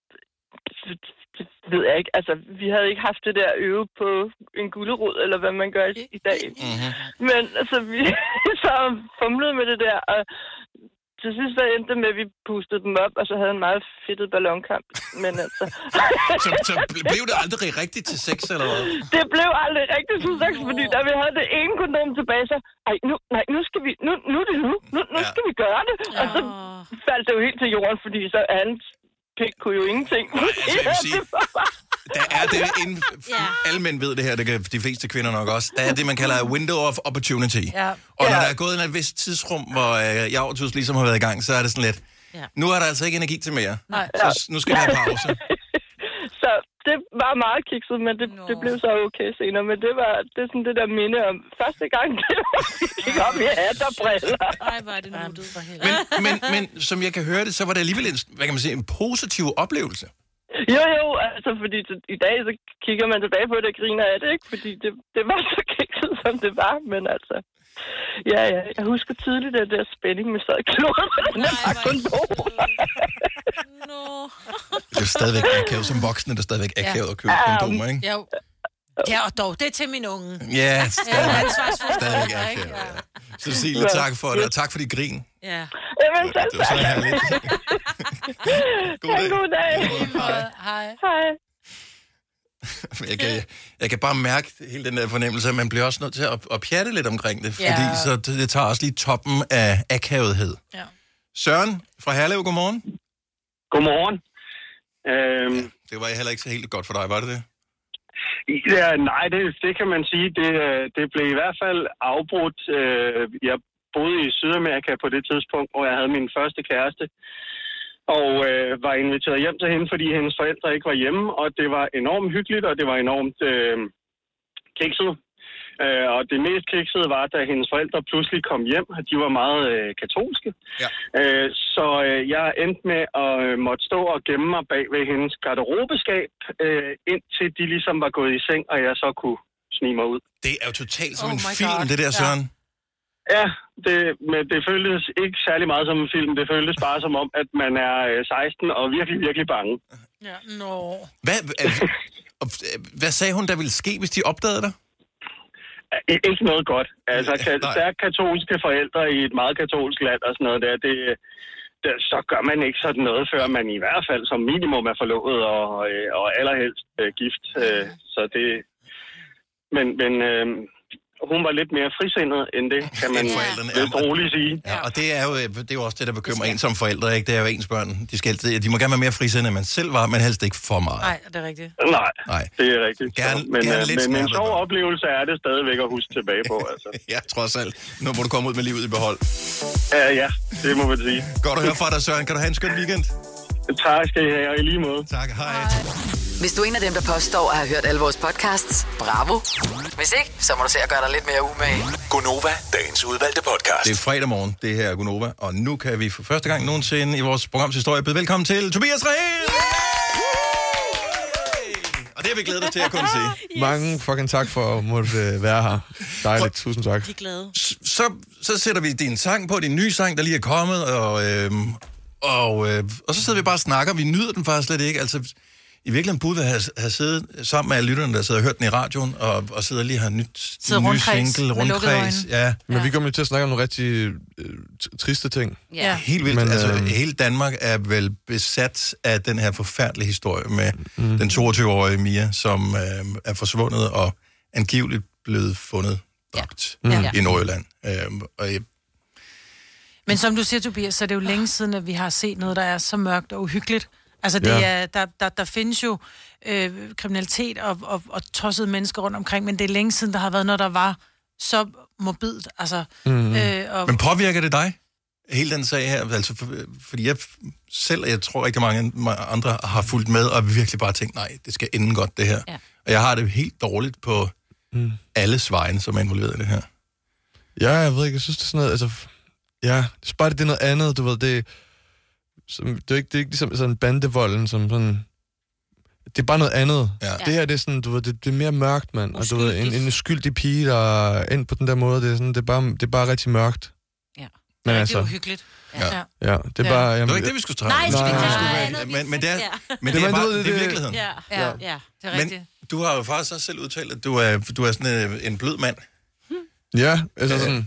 Det ved jeg ikke. Altså, vi havde ikke haft det der øve på en gulerod, eller hvad man gør i dag. Mm-hmm. Men altså, vi så fumlede med det der, og til sidst så endte det med, at vi pustede dem op, og så havde en meget fedtet ballonkamp. Men altså... så, så blev det aldrig rigtigt til sex, eller hvad? Det blev aldrig rigtigt til sex, fordi da vi havde det ene kondom tilbage, så... Ej, nu, nej, nu skal vi... Nu, nu er det nu. Nu, nu ja. skal vi gøre det. Ja. Og så faldt det jo helt til jorden, fordi så hans pik kunne jo ingenting. Nej, altså, jeg vil sige, der er det inden... Yeah. Alle mænd ved det her, det kan de fleste kvinder nok også. Der er det, man kalder window of opportunity. Ja. Og når ja. der er gået en et vist tidsrum, hvor øh, Javertus ligesom har været i gang, så er det sådan lidt... Ja. Nu er der altså ikke energi til mere. Nej. Så nu skal vi have pause. Så det var meget kikset, men det, det blev så okay senere. Men det var det er sådan det der minde om første gang, det var gik op i hat og briller. Ej, var det nuttet for helvede. Men, men, men som jeg kan høre det, så var det alligevel en, hvad kan man sige, en positiv oplevelse. Jo, jo, altså fordi i dag så kigger man tilbage på det og griner af det, ikke? Fordi det, det var så kikset, som det var, men altså... Ja, ja, jeg husker tydeligt den der spænding med sad kloden, den er bare kondom. Nå. Det er stadigvæk akavet som voksne, det er stadigvæk akavet at købe kondomer, ikke? Jo. Ja, og dog, det er til min unge. Ja, stadigvæk, stadigvæk akavet, ja. Cecilie, tak for det, og tak for dit grin. Ja. Jamen, tak. Det var så herligt. God dag. God dag. Hej. Hej. Jeg kan, jeg kan bare mærke hele den der fornemmelse, at man bliver også nødt til at, at pjatte lidt omkring det, fordi yeah. så det, det tager også lige toppen af akavethed. Ja. Søren fra Herlev, godmorgen. Godmorgen. Øhm, ja, det var heller ikke så helt godt for dig, var det det? Ja, nej, det, det kan man sige. Det, det blev i hvert fald afbrudt. Jeg boede i Sydamerika på det tidspunkt, hvor jeg havde min første kæreste. Og øh, var inviteret hjem til hende, fordi hendes forældre ikke var hjemme, og det var enormt hyggeligt, og det var enormt øh, kikset. Øh, og det mest kiksede var, da hendes forældre pludselig kom hjem, og de var meget øh, katolske. Ja. Øh, så øh, jeg endte med at øh, måtte stå og gemme mig bag ved hendes garderobeskab, øh, indtil de ligesom var gået i seng, og jeg så kunne snige mig ud. Det er jo totalt som oh en film, God. Det der, Søren. Ja. Ja, det, men det føltes ikke særlig meget som en film. Det føltes bare som om, at man er seksten og virkelig, virkelig bange. Ja, nå. Hvad, hvad sagde hun, der ville ske, hvis de opdagede dig? Ikke noget godt. Altså, stærkt katolske forældre i et meget katolsk land og sådan noget der, det, det, så gør man ikke sådan noget, før man i hvert fald som minimum er forlovet og, og allerhelst øh, gift. Øh, så det... Men, men øh, hun var lidt mere frisindet end det, kan man lidt roligt sige. Ja, og det er, jo, det er jo også det, der bekymrer en som forældre, ikke? Det er jo ens børn. De, skal altid, de må gerne være mere frisindede, end man selv var, men helst ikke for meget. Nej, det er rigtigt. Nej, Nej. det er rigtigt. Gerne, men gerne lidt men en sjov oplevelse er det stadigvæk at huske tilbage på. Altså. Ja, trods alt. Nu må du komme ud med livet i behold. Ja, ja, det må man sige. Godt at høre fra dig, Søren. Kan du have en skøn weekend? Tak skal I have, og i lige måde. Tak, hej. Hvis du er en af dem, der påstår at have hørt alle vores podcasts, bravo. Hvis ikke, så må du se at gøre dig lidt mere umage. Gonova, dagens udvalgte podcast. Det er fredag morgen, det her er Gonova, og nu kan vi for første gang nogensinde i vores programs historie byde velkommen til Tobias Rahel! Og det har vi glædet os til at kunne sige. Yes. Mange fucking tak for at måtte være her. Dejligt, tusind tak. De er glade. Så, så sætter vi din sang på, din nye sang, der lige er kommet, og, øhm, og, øh, og så sidder vi bare og snakker. Vi nyder den faktisk slet ikke. Altså, i virkeligheden burde vi have, have siddet sammen med alle lytterne, der sidder og hørt den i radioen, og, og sidder lige og har nyt ny single, rundkreds. Ja. Men vi kommer jo til at snakke om nogle rigtig øh, triste ting. Ja. Helt vildt. Men, altså, øh... hele Danmark er vel besat af den her forfærdelige historie med mm. den toogtyve-årige Mia, som øh, er forsvundet og angiveligt blevet fundet dræbt ja. i Nordjylland. Øh, og jeg... Men som du siger, Tobias, så er det jo længe siden, at vi har set noget, der er så mørkt og uhyggeligt. Altså, det Ja. er, der, der, der findes jo øh, kriminalitet og, og, og tossede mennesker rundt omkring, men det er længe siden, der har været noget, der var så morbidt. Altså, Mm-hmm. øh, og... Men påvirker det dig? Hele den sag her? Altså, for, fordi jeg selv, og jeg tror rigtig mange andre har fulgt med, og virkelig bare tænkt, nej, det skal ende godt, det her. Ja. Og jeg har det helt dårligt på mm. alles vegne, som er involveret i det her. Ja, jeg ved ikke, jeg synes, det er sådan noget, altså... Ja, det er bare, det er noget andet, du ved, det... Som, det, er ikke, det er ikke ligesom sådan bandevolden, som sådan... Det er bare noget andet. Ja. Det her, det er sådan, du ved, det, det er mere mørkt, mand. Og du ved, en, en uskyldig pige, der er ind på den der måde, det er, sådan, det er, bare, det er bare rigtig mørkt. Ja. Det Men er altså, rigtig uhyggeligt. Ja. Ja. Ja, det er bare... Jamen, Det var ikke det, vi skulle træne. Nej, det Nej, skulle men, men det er, men Det det er, var- bare, det- det er det- virkeligheden. Ja, ja, ja, det er rigtigt. Men du har jo faktisk også selv udtalt, at du er, du er sådan en, en blød mand. Ja, altså sådan...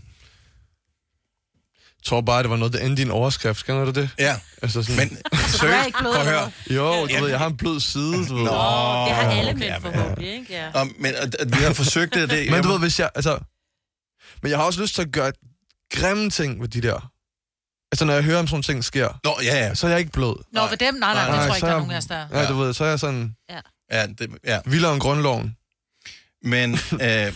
Jeg tror bare, det var noget, der endte i en overskrift. Skal du det? Ja. Altså sådan... Men, søg, prøv at høre. Jo, du ved, jeg har en blød side, du ved. Nå, Det har alle okay, mænd men- forhåbentlig, ikke? Ja. Og, men at, at vi har forsøgt det. det Men du ved, hvis jeg... Altså... Men jeg har også lyst til at gøre grimme ting med de der. Altså, når jeg hører om sådan ting sker, Nå, ja, ja. så er jeg ikke blød. Nå, ved dem? Nej, nej, det tror jeg ikke, så der er jeg- nogen af os, der er. Ja, du ved, så er jeg sådan... Ja. Ja, det, ja. Vildere end grundloven. Men, øh,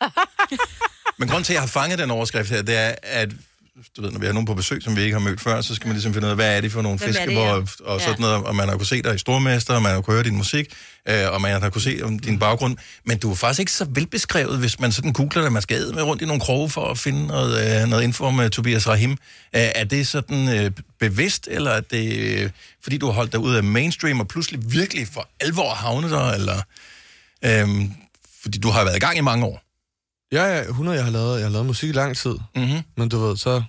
men grunden til, at jeg har fanget den overskrift her, det er, at du ved, når vi har nogen på besøg, som vi ikke har mødt før, så skal man ligesom finde ud af, hvad er det for nogle Hvem er fiske, det, ja? hvor, og sådan Ja. noget, og man har kunnet se dig i Stormester, og man har kunnet høre din musik, øh, og man har kunnet se om din baggrund, men du er faktisk ikke så velbeskrevet, hvis man sådan googler det, man skal æde med rundt i nogle kroge for at finde noget, øh, noget info om uh, Tobias Rahim. Øh, er det sådan øh, bevidst, eller er det øh, fordi du har holdt dig ud af mainstream, og pludselig virkelig for alvor havnet der, eller... Øh, fordi du har været i gang i mange år. Ja, ja, hundrede, jeg har lavet, jeg har lavet musik i lang tid. Mm-hmm. Men du ved, så...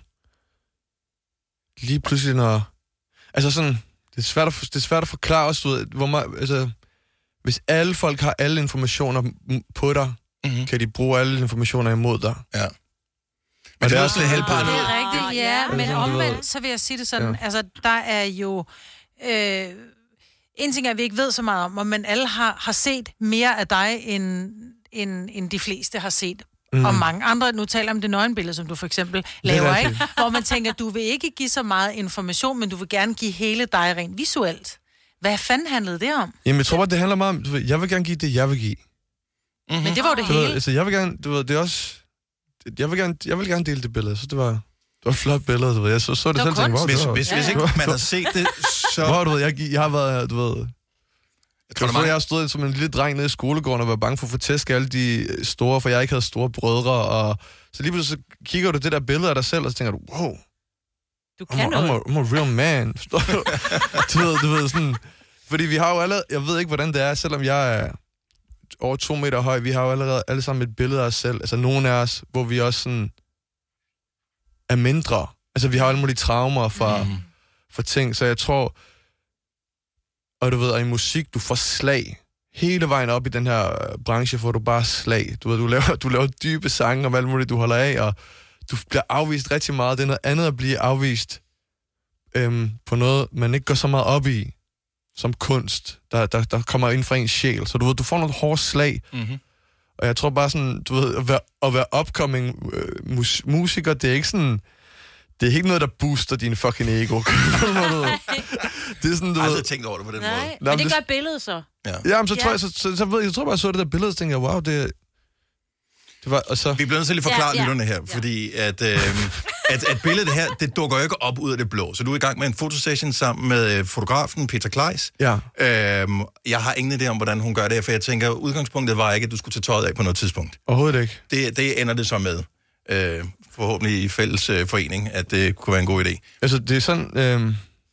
Lige pludselig, når... Altså sådan... Det er svært at, for- det er svært at forklare også, du ved, hvor meget... Altså... Hvis alle folk har alle informationer m- på dig, mm-hmm. kan de bruge alle informationer imod dig. Ja. Men Og det er også lidt Det helbart. er rigtigt, ja, Ja. men Altså, du ved- omvendt, så vil jeg sige det sådan, Ja. altså, der er jo... Øh, en ting er, at vi ikke ved så meget om, men alle har, har set mere af dig, end, end, end de fleste har set. Mm. Mm. Og mange andre, nu taler jeg om det nøgenbillede, som du for eksempel er laver, rigtigt. ikke? Hvor man tænker, du vil ikke give så meget information, men du vil gerne give hele dig rent visuelt. Hvad fanden handlede det om? Jamen, jeg tror bare, det handler meget om... Du ved, jeg vil gerne give det, jeg vil give. Mm-hmm. Men det var jo det Du ved, hele. altså, jeg vil gerne... Du ved, det er også... Jeg vil gerne, jeg vil gerne dele det billede, så det var... Det var et flot billede, du ved. Jeg så, så det, Det var selv og tænkte, wow, Hvis, det var, hvis, hvis det ikke var- man har set det, så... Wow, du ved, jeg, jeg har været, du ved... Jeg tror, Jeg, der er jeg mange... har stået som en lille dreng nede i skolegården og var bange for at få tæsk af alle de store, for jeg ikke havde store brødre, og så lige pludselig så kigger du det der billede af dig selv, og så tænker du, wow, Du I'm kan a, I'm, noget. a, I'm a real man. Forstår du? du, ved, du ved, sådan... Fordi vi har jo allerede, jeg ved ikke, hvordan det er, selvom jeg er over to meter høj, vi har jo allerede alle sammen et billede af os selv, altså nogle af os, hvor vi også sådan er mindre. Altså vi har alle mulige traumer fra, Mm. for ting, så jeg tror, og du ved, og i musik, du får slag hele vejen op i den her branche, hvor du bare slag. Du, ved, du, laver, du laver dybe sange og alt muligt, du holder af, og du bliver afvist rigtig meget. Det er noget andet at blive afvist øhm, på noget, man ikke går så meget op i, som kunst, der, der, der kommer ind fra ens sjæl. Så du ved, du får nogle hårde slag. Mm-hmm. Og jeg tror bare sådan, du ved, at være, at være upcoming øh, mus, musiker, det er ikke sådan... Det er ikke noget, der booster din fucking ego. Det er sådan, du jeg har ved... aldrig tænkt over det på den Nej, måde. men Nå, det gør billedet så. Ja, Jamen, så tror jeg, så, så, så, ved jeg, så tror jeg bare, jeg så det der billede, og tænkte jeg, wow, det... det var, og så... Vi bliver nødt til at lige forklare Ja, ja. lytterne her, fordi at, øh, at, at billedet her, det dukker jo ikke op ud af det blå. Så du er i gang med en fotosession sammen med fotografen Peter Kleis. Ja. Øhm, jeg har ingen idé om, hvordan hun gør det, for jeg tænker, udgangspunktet var ikke, at du skulle tage tøjet af på noget tidspunkt. Overhovedet ikke. Det, det ender det så med. Øh, forhåbentlig i fælles øh, forening, at det kunne være en god idé. Altså, det er sådan... Øh...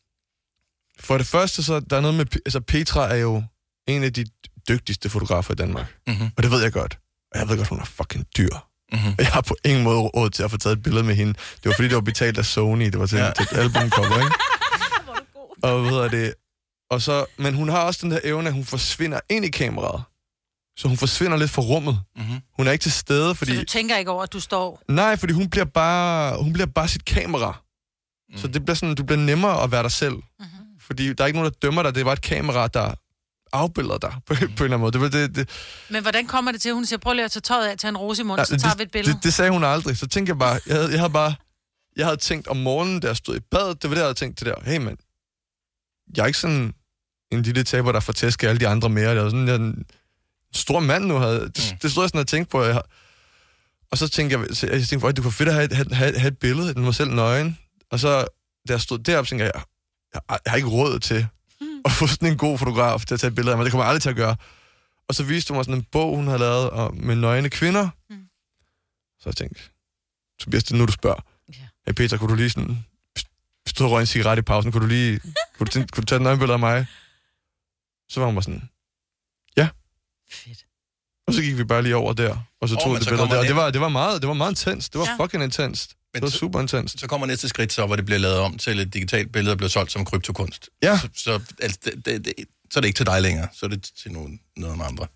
For det første, så der er noget med... Altså, Petra er jo en af de dygtigste fotografer i Danmark. Mm-hmm. Og det ved jeg godt. Og jeg ved godt, hun er fucking dyr. Mm-hmm. Og jeg har på ingen måde råd til at få taget et billede med hende. Det var fordi, det var betalt af Sony. Det var til, ja. til et albumcover, ikke? Og hvad hedder det? Og så, men hun har også den der evne, at hun forsvinder ind i kameraet. Så hun forsvinder lidt fra rummet. Mm-hmm. Hun er ikke til stede, fordi... Så du tænker ikke over, at du står... Nej, fordi hun bliver bare, hun bliver bare sit kamera. Mm. Så det bliver sådan, du bliver nemmere at være dig selv. Mm-hmm. Fordi der er ikke nogen, der dømmer dig. Det er bare et kamera, der afbilleder dig på, mm. på en eller anden måde. Det, det, det... Men hvordan kommer det til? Hun siger, prøv lige at tage tøjet af, tage en rose i munden, ja, så tager det, vi et billede. Det, det sagde hun aldrig. Så tænkte jeg bare, jeg havde, jeg havde bare, jeg havde tænkt om morgenen, da jeg stod i badet, det var det, jeg havde tænkt til der. Hey mand, jeg er ikke sådan en lille taber, der får tæsk af alle de andre mere. Jeg er sådan jeg, en stor mand nu. Havde, det, mm. det stod jeg sådan og tænkte på. Jeg, og så tænkte jeg, så jeg tænkte, det kunne fedt at have, have, have, have et billede af mig selv nøgen. Og så, da jeg stod deroppe, tænkte jeg, jeg, jeg har ikke råd til at få sådan en god fotograf til at tage et billede af mig. Det kommer jeg aldrig til at gøre. Og så viste hun mig sådan en bog, hun havde lavet og, med nøgne kvinder. Mm. Så jeg tænkte, Tobias, det er nu, du spørger. Yeah. Hey Peter, kunne du lige sådan... Hvis du havde røget en cigaret i pausen, kunne du lige... kunne, du tænke, kunne du tage et nøgenbillede af mig? Så var hun bare sådan... Ja. Fedt. Og så gik vi bare lige over der, og så oh, tog det billede der. Og det var, det var meget, det var meget intenst. Det var ja. fucking intenst. Men det var super intenst. Så kommer næste skridt så, hvor det bliver lavet om til et digitalt billede, og bliver solgt som kryptokunst. Ja. Så, så, altså, det, det, det, så er det ikke til dig længere. Så er det til nogen, noget med andre.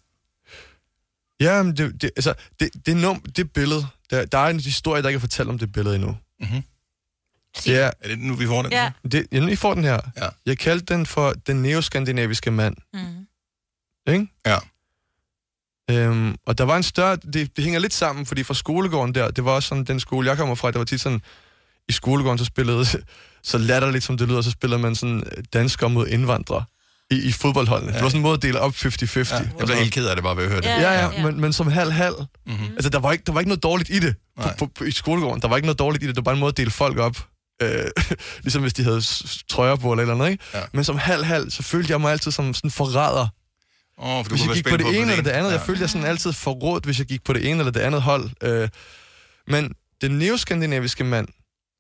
Ja, men det, det, altså, det, det, num, det billede, der, der er en historie, der ikke er fortalt om det billede endnu. Mm-hmm. Ja. Er det nu, vi får den? Ja. Det, ja, nu I får den her. Ja. Jeg kaldte den for den neoskandinaviske mand. Mm. Ikke? Ja. Øhm, og der var en større... Det, det hænger lidt sammen, fordi fra skolegården der, det var også sådan, den skole, jeg kommer fra, der var tit sådan... I skolegården, så spillede... Så latterligt, som det lyder, så spiller man sådan danskere mod indvandrere i, i fodboldholdene. Ja. Det var sådan en måde at dele op halvtreds halvtreds. Ja, jeg blev helt ked af det bare ved at høre det. Ja, ja, ja. Men, men som halv-halv. Mm-hmm. Altså, der var, ikke, der var ikke noget dårligt i det på, på, på, i skolegården. Der var ikke noget dårligt i det. Det var bare en måde at dele folk op. Øh, ligesom hvis de havde trøjer på eller eller andet, ikke? Ja. Men som halv-halv, så følte jeg mig altid som sådan forræder. Oh, for hvis jeg gik på det på ene på eller det andet, ja. jeg følte jeg sådan altid forrådt, hvis jeg gik på det ene eller det andet hold. Øh, men den neoskandinaviske mand,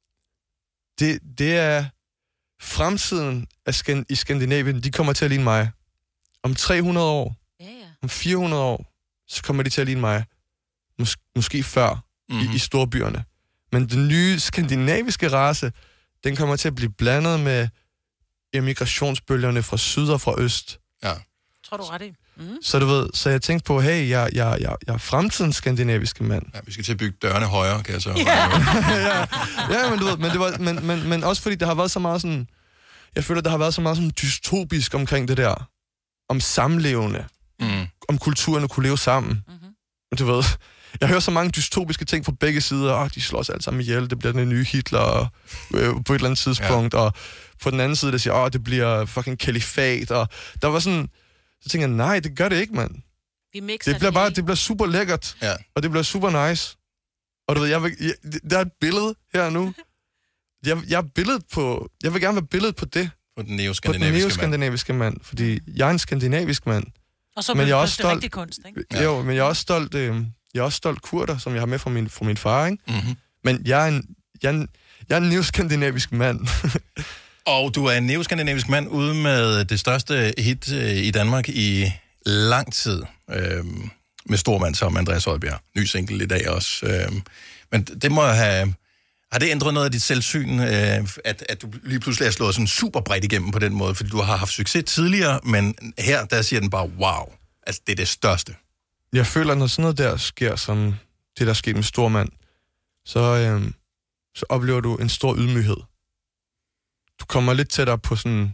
det, det er fremtiden af Skan- i Skandinavien, de kommer til at ligne mig. Om tre hundrede år, ja, ja. om fire hundrede år, så kommer de til at ligne mig. Mås- måske før, mm-hmm. i, i storbyerne. Men den nye skandinaviske race, den kommer til at blive blandet med emigrationsbølgerne fra syd og fra øst. Ja. Tror du ret i? Mm. Så du ved, så jeg tænkte på, hey, jeg, jeg, jeg, jeg er fremtidens skandinaviske mand. Ja, vi skal til at bygge dørene højere, kan jeg så. ja. ja, men du ved, men, det var, men, men, men også fordi der har været så meget sådan, jeg føler, der har været så meget sådan dystopisk omkring det der, om samlevende, mm. om kulturerne kunne leve sammen. Mm-hmm. Du ved, jeg hører så mange dystopiske ting fra begge sider. Åh, de slår sig alle sammen ihjel. Det bliver den nye Hitler øh, på et eller andet tidspunkt. Ja. Og på den anden side, der siger, åh, det bliver fucking kalifat. Og der var sådan... Så tænker jeg, nej, det gør det ikke, mand. Vi mixer det bliver bare, det bliver super lækkert. Ja. Og det bliver super nice. Og du ved, jeg vil, jeg, der er et billede her nu. Jeg, jeg er billedet på... Jeg vil gerne være billedet på det. På den neoskandinaviske, på den neoskandinaviske mand. mand. Fordi jeg er en skandinavisk mand. Og så men jeg er også stolt, rigtig kunst, ikke? Ja. Jo, men jeg er også stolt... Øh, Jeg er også stolt kurder, som jeg har med fra min, fra min far, ikke? Mm-hmm. Men jeg er en, jeg er en, jeg er en neoskandinavisk mand. Og du er en neoskandinavisk mand ude med det største hit øh, i Danmark i lang tid. Øh, med stormand som Andreas Odbjerg. Ny single i dag også. Øh, men det må have... Har det ændret noget af dit selvsyn, øh, at, at du lige pludselig er slået sådan super bredt igennem på den måde? Fordi du har haft succes tidligere, men her, der siger den bare wow. Altså, det er det største. Jeg føler, når sådan noget der sker, som det, der er sket med Stormand, så, øhm, så oplever du en stor ydmyghed. Du kommer lidt tættere på sådan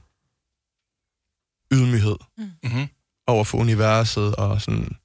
ydmyghed mm-hmm. over for universet, og sådan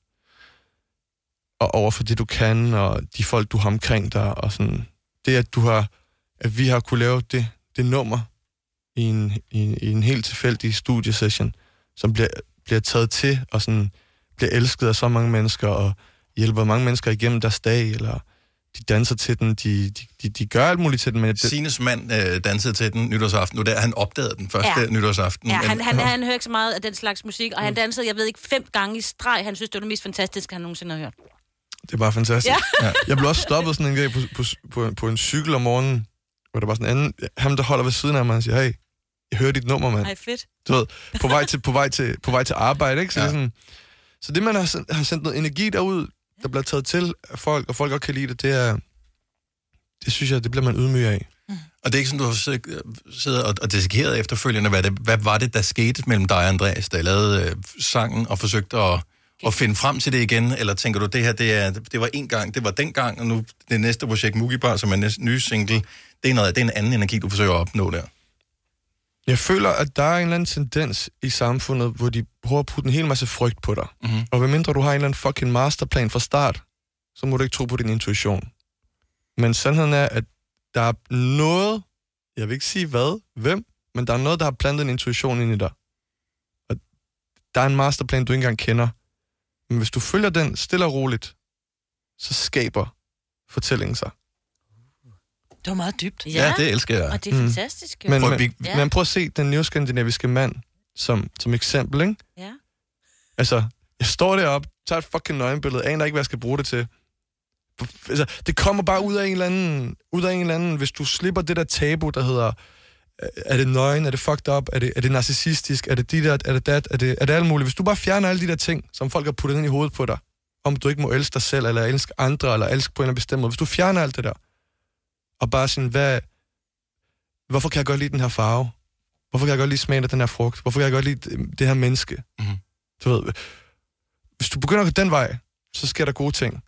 og over for det, du kan, og de folk, du har omkring dig, og sådan det, at du har, at vi har kunne lave det, det nummer i en, i, i en helt tilfældig studiesession, som bliver, bliver taget til, og sådan bliver elsket af så mange mennesker, og hjælper mange mennesker igennem deres dag, eller de danser til den, de, de, de, de gør alt muligt til den. Men det... Sines mand øh, dansede til den nytårsaften, nu der han opdagede den første ja. nytårsaften. Ja, han, han, han hører ikke så meget af den slags musik, og han dansede, jeg ved ikke, fem gange i streg. Han synes, det var det mest fantastiske, han nogensinde har hørt. Det er bare fantastisk. Ja. Ja. Jeg blev også stoppet sådan en dag på, på, på, på en cykel om morgenen, hvor der var sådan en anden, ham der holder ved siden af mig, og siger, hey, jeg hører dit nummer, mand. Ej, fedt. Du ved, på vej til, på vej til, på vej til arbejde, ikke? Så, ja. det er sådan, så det, man har sendt, har sendt noget energi derud, der bliver taget til af folk, og folk godt kan lide det, det er, det synes jeg, det bliver man ydmyg af. Mm. Og det er ikke sådan, du har siddet og, og dissekeret efterfølgende, hvad, det, hvad var det, der skete mellem dig og Andreas, da I lavede øh, sangen og forsøgte at, at finde frem til det igen? Eller tænker du, det her, det, er, det var en gang, det var den gang, og nu det næste projekt, Mookie Bar, som er næste nye single, det er, noget, det er en anden energi, du forsøger at opnå der? Jeg føler, at der er en eller anden tendens i samfundet, hvor de prøver at putte en hel masse frygt på dig. Mm-hmm. Og hvad mindre du har en eller anden fucking masterplan fra start, så må du ikke tro på din intuition. Men sandheden er, at der er noget, jeg vil ikke sige hvad, hvem, men der er noget, der har plantet en intuition ind i dig. Og der er en masterplan, du ikke engang kender. Men hvis du følger den stille og roligt, så skaber fortællingen sig. Det var meget dybt. Ja, ja det elsker jeg. Og det er fantastisk. Mm. Men, men, ja. men prøv at se den newskandinaviske mand som, som eksempel, ikke? Ja. Altså, jeg står deroppe, tager et fucking nøgenbillede, aner ikke, hvad jeg skal bruge det til. Altså, det kommer bare ud af en eller anden, ud af en eller anden, hvis du slipper det der tabu, der hedder, er det nøgen, er det fucked up, er det, er det narcissistisk, er det dit, er det dat, er det, er det alt muligt. Hvis du bare fjerner alle de der ting, som folk har puttet ind i hovedet på dig, om du ikke må elske dig selv, eller elske andre, eller elske på en eller anden bestemt måde. Hvis du fjerner alt det der, og bare sådan, hvad, hvorfor kan jeg godt lide den her farve? Hvorfor kan jeg godt lide smagen af den her frugt? Hvorfor kan jeg godt lide det her menneske? Mm-hmm. Du ved, hvis du begynder at gå den vej, så sker der gode ting.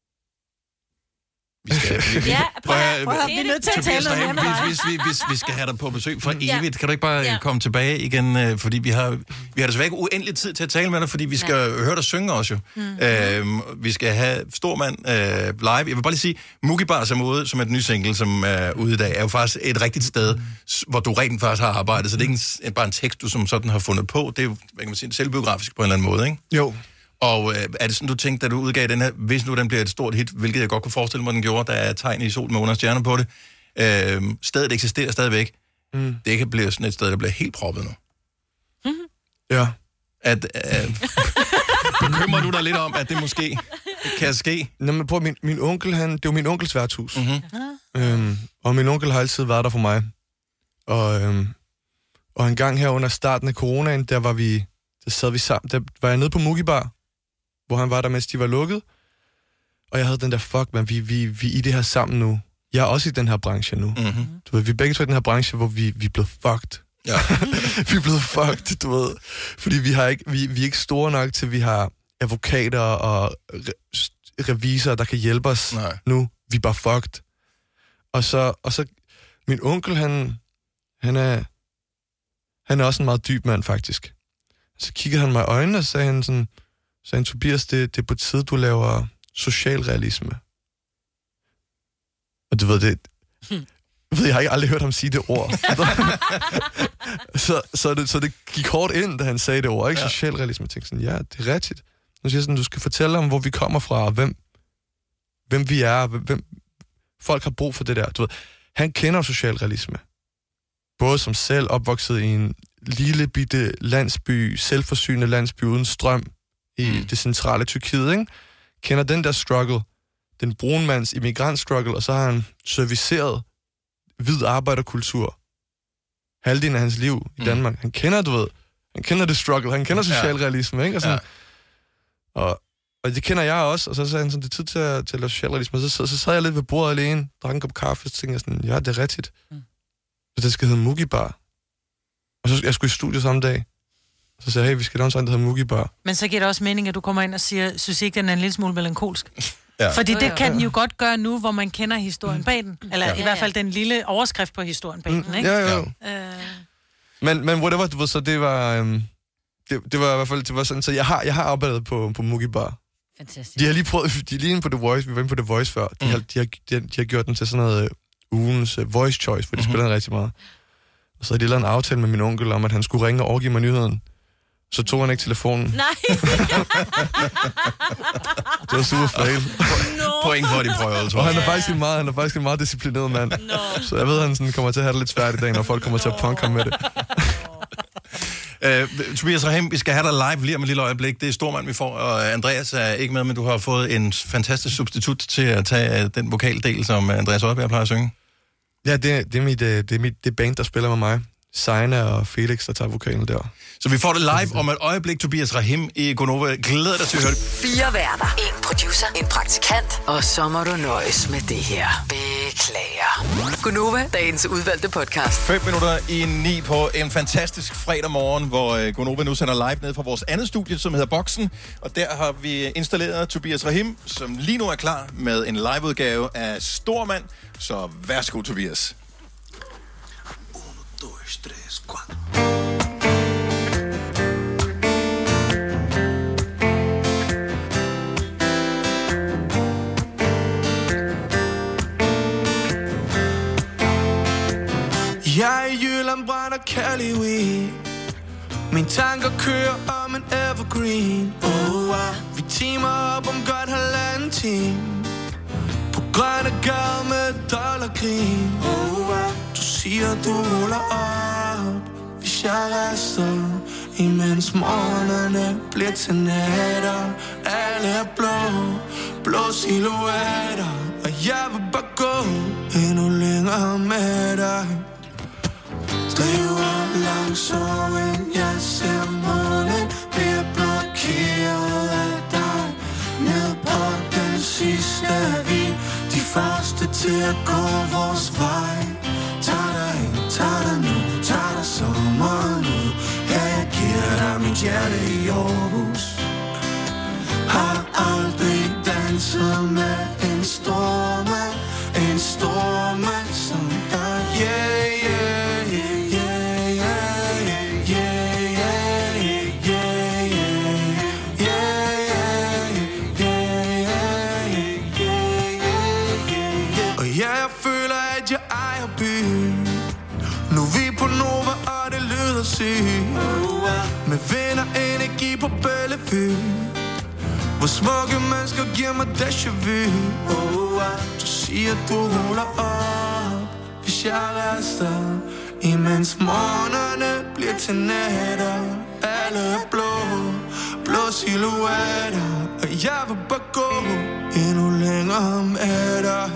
Vi skal, vi, vi, ja, prøv at, prøv at, vi er nødt til at tale noget med dig. Hvis, hvis, hvis, hvis vi skal have dig på besøg for ja. evigt, kan du ikke bare ja. komme tilbage igen? Fordi vi har, vi har desværre ikke uendelig tid til at tale med dig, fordi vi skal ja. høre dig synge også jo. Mm. Øhm, vi skal have Stormand øh, live. Jeg vil bare lige sige, Mookie Bar som ude, som er et ny single, som er ude i dag, er jo faktisk et rigtigt sted, mm. hvor du rent faktisk har arbejdet. Så det er ikke en, bare en tekst, du som sådan har fundet på. Det er jo, hvad kan man sige, selvbiografisk på en eller anden måde, ikke? Jo. Og øh, er det sådan, du tænkte, da du udgav den her, hvis nu den bliver et stort hit, hvilket jeg godt kunne forestille mig, den gjorde, der er tegn i sol med under stjerner på det, øh, stedet eksisterer stadigvæk. Mm. Det kan blive sådan et sted, der bliver helt proppet nu. Mm-hmm. Ja. At, øh, bekymrer du dig lidt om, at det måske kan ske? Nå, men prøv, min, min onkel, han, det var min onkels værtshus. Mm-hmm. Øhm, og min onkel har altid været der for mig. Og, øhm, og en gang her under starten af coronaen, der var vi, der sad vi sammen, der var jeg nede på Mookie Bar, hvor han var der, mens de var lukket. Og jeg havde den der, fuck, man, vi, vi, vi er i det her sammen nu. Jeg er også i den her branche nu. Mm-hmm. Du ved, vi er begge to i den her branche, hvor vi, vi er blevet fucked. Ja. vi er blevet fucked, du ved. Fordi vi, har ikke, vi, vi er ikke store nok til, vi har advokater og re- revisorer, der kan hjælpe os. Nej. Nu. Vi er bare fucked. Og så, og så min onkel, han, han er, han er også en meget dyb mand, faktisk. Så kiggede han mig i øjnene, og sagde han sådan, sagde han, Tobias, det, det er på tide, du laver socialrealisme. Og du ved, det... Hmm. Jeg, ved, jeg har ikke aldrig hørt ham sige det ord. så, så, det, så det gik hårdt ind, da han sagde det ord, ikke? Ja. Socialrealisme. Jeg tænkte sådan, ja, det er rigtigt. Nu siger jeg sådan, du skal fortælle om, hvor vi kommer fra, og hvem, hvem vi er, hvem folk har brug for det der. Du ved, han kender socialrealisme. Både som selv opvokset i en lille bitte landsby, selvforsynende landsby uden strøm i mm. det centrale Tyrkiet, ikke? Kender den der struggle, den brunmands immigrant-struggle, og så har han serviceret hvid arbejderkultur halvdelen af hans liv i Danmark. Mm. Han kender, du ved, han kender det struggle, han kender socialrealisme, ikke? Og, sådan, ja. og, og det kender jeg også, og så sagde han sådan, det er tid til at, til at lave socialrealisme, og så, så, så sad jeg lidt ved bordet alene, drak en kop kaffe, og så tænkte jeg sådan, ja, det er rigtigt. Mm. Så det skal hedde Mookie Bar. Og så jeg skulle i studiet samme dag. Så sagde jeg, hey, vi skal danse en, der hedder Moogie Bar. Men så giver det også mening, at du kommer ind og siger, synes ikke, den er en lille smule melankolsk? Ja. Fordi det kan ja. den jo godt gøre nu, hvor man kender historien bag den. Eller Ja. i hvert fald den lille overskrift på historien bag den, ikke? Ja, ja. Øh, Men, men whatever, du ved, så det var... Øhm, det, det var i hvert fald, det var sådan, så jeg har, jeg har arbejdet på, på Moogie Bar. Fantastisk. De har lige prøvet, de er lige inde på The Voice, vi var inde på The Voice før. De, mm. har, de, har, de, har, de har gjort den til sådan noget uh, ugens uh, Voice Choice, for de mm-hmm. spiller den rigtig meget. Og så har de lavet en aftale med min onkel om, at han skulle ringe og overgive mig nyheden. Så tog han ikke telefonen. Nej. Det var super fail. No. Point for, de prøvede, tror Og jeg. han er faktisk en meget, han er faktisk en meget disciplineret mand. No. Så jeg ved, at han sådan kommer til at have det lidt svært i dag, når folk kommer til at punk ham med det. Uh, Tobias Rahim, vi skal have dig live lige om et lille øjeblik. Det er Stormand, vi får, og Andreas er ikke med, men du har fået en fantastisk substitut til at tage uh, den vokaldel, som Andreas Oddbjerg plejer at synge. Ja, det, det, er mit, det er mit det band, der spiller med mig. Sejna og Felix, der tager vokalen der. Så vi får det live om et øjeblik, Tobias Rahim i Gonova. Glæder dig til at høre det. Fire værter. En producer. En praktikant. Og så må du nøjes med det her. Beklager. Gonova, dagens udvalgte podcast. Fem minutter i ni på en fantastisk fredag morgen, hvor Gonova nu sender live ned fra vores andet studie, som hedder Boxen. Og der har vi installeret Tobias Rahim, som lige nu er klar med en liveudgave af Stormand. Så værsgo, Tobias. Jeg er i Jylland, brænder kærlig weed. Min tanker kører om en evergreen. Oh, uh. Vi teamer op om godt halvanden time. På grønne gade med dollarkrig. Oh, uh. Du siger, du ruller op, hvis jeg rester. Imens morgenerne bliver til nætter. Alle er blå, blå silhuetter. Og jeg vil bare gå endnu længere med dig. Driver langs åen, jeg ser månen. Bliver blokeret af dig. Ned på den sidste vi. De første til at gå vores vej. Tag dig ind, tag dig nu, tag dig sommeren ud. Ja, jeg giver dig mit hjerte i Aarhus. Har aldrig danset med en stor mand. En stor mand som dig, yeah, yeah, yeah, yeah, yeah, yeah, yeah, yeah, yeah, yeah. Og ja, jeg føler, at jeg ejer byen. Nu er vi på Nova, og det lyder sygt. Med vind og energi på Bellevue. Hvor smukke mennesker giver mig déjà vu. Du siger, du ruller op, hvis jeg rester. Imens morgenerne bliver til nætter. Alle er blå, blå silhuetter. Og jeg vil bare gå endnu længere med dig.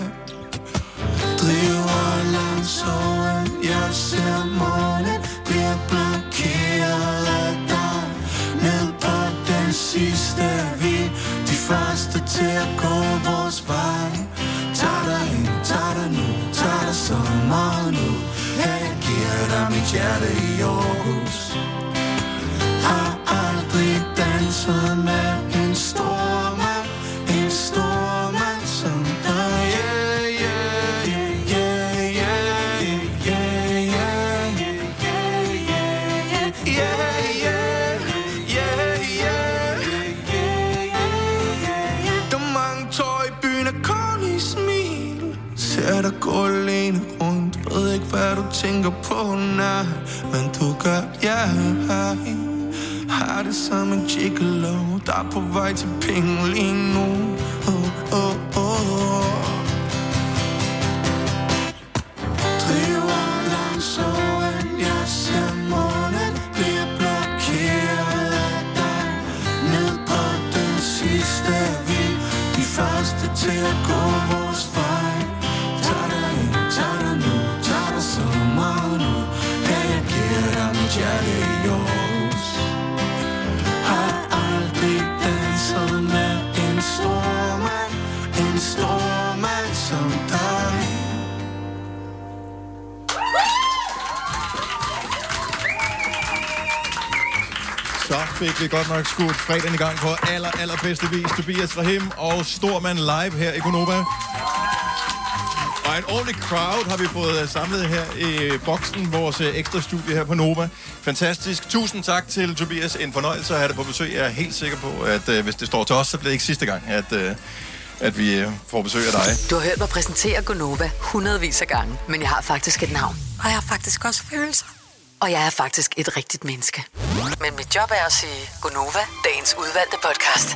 Driver langs åen, jeg ser morgen. Bliver blokeret af dig. Ned på den sidste vi. De første til at gå vores vej. Tag dig ind, tag dig nu, tag dig sommer nu. Ja, jeg giver dig mit hjerte i Aarhus. Har aldrig danset med en stor mand. En stor mand som dig. Yeah, yeah, yeah, yeah, yeah, yeah, yeah, yeah, yeah, yeah. Der er mange tår i byen af korn i smil. Ser dig gå alene rundt. Ved ikke hvad du tænker på, nej. Men du gør, ja, hej. Har det som en gigolo. Der er på vej til penge lige nu. Oh, oh, oh. Driver langs åen, jeg ser månen. Bliver blokeret af dig. Ned på den sidste vi. De første til at gå vores vej. Tag dig ind, tag dig nu, tag dig sommer nu. Ja, jeg giver dig mit hjerte i Aarhus. Har aldrig danset med en stor mand. En stor mand som dig. Så fik vi godt nok skudt fredagen i gang på aller, allerbedste vis. Tobias Rahim og Stormand live her i Gonova. Og en ordentlig crowd har vi fået samlet her i boksen, vores ekstra studie her på Nova. Fantastisk. Tusind tak til Tobias. En fornøjelse at have dig på besøg. Jeg er helt sikker på, at uh, hvis det står til os, så bliver det ikke sidste gang, at, uh, at vi uh, får besøg af dig. Du har hørt mig præsentere Gonova hundredvis af gange, men jeg har faktisk et navn. Og jeg har faktisk også følelser. Og jeg er faktisk et rigtigt menneske. Men mit job er at sige Gonova, dagens udvalgte podcast.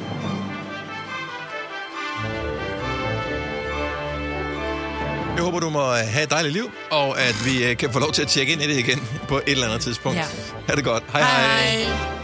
Jeg håber, du må have et dejligt liv, og at vi kan få lov til at tjekke ind i det igen på et eller andet tidspunkt. Ja. Ha' det godt. Hej hej. hej.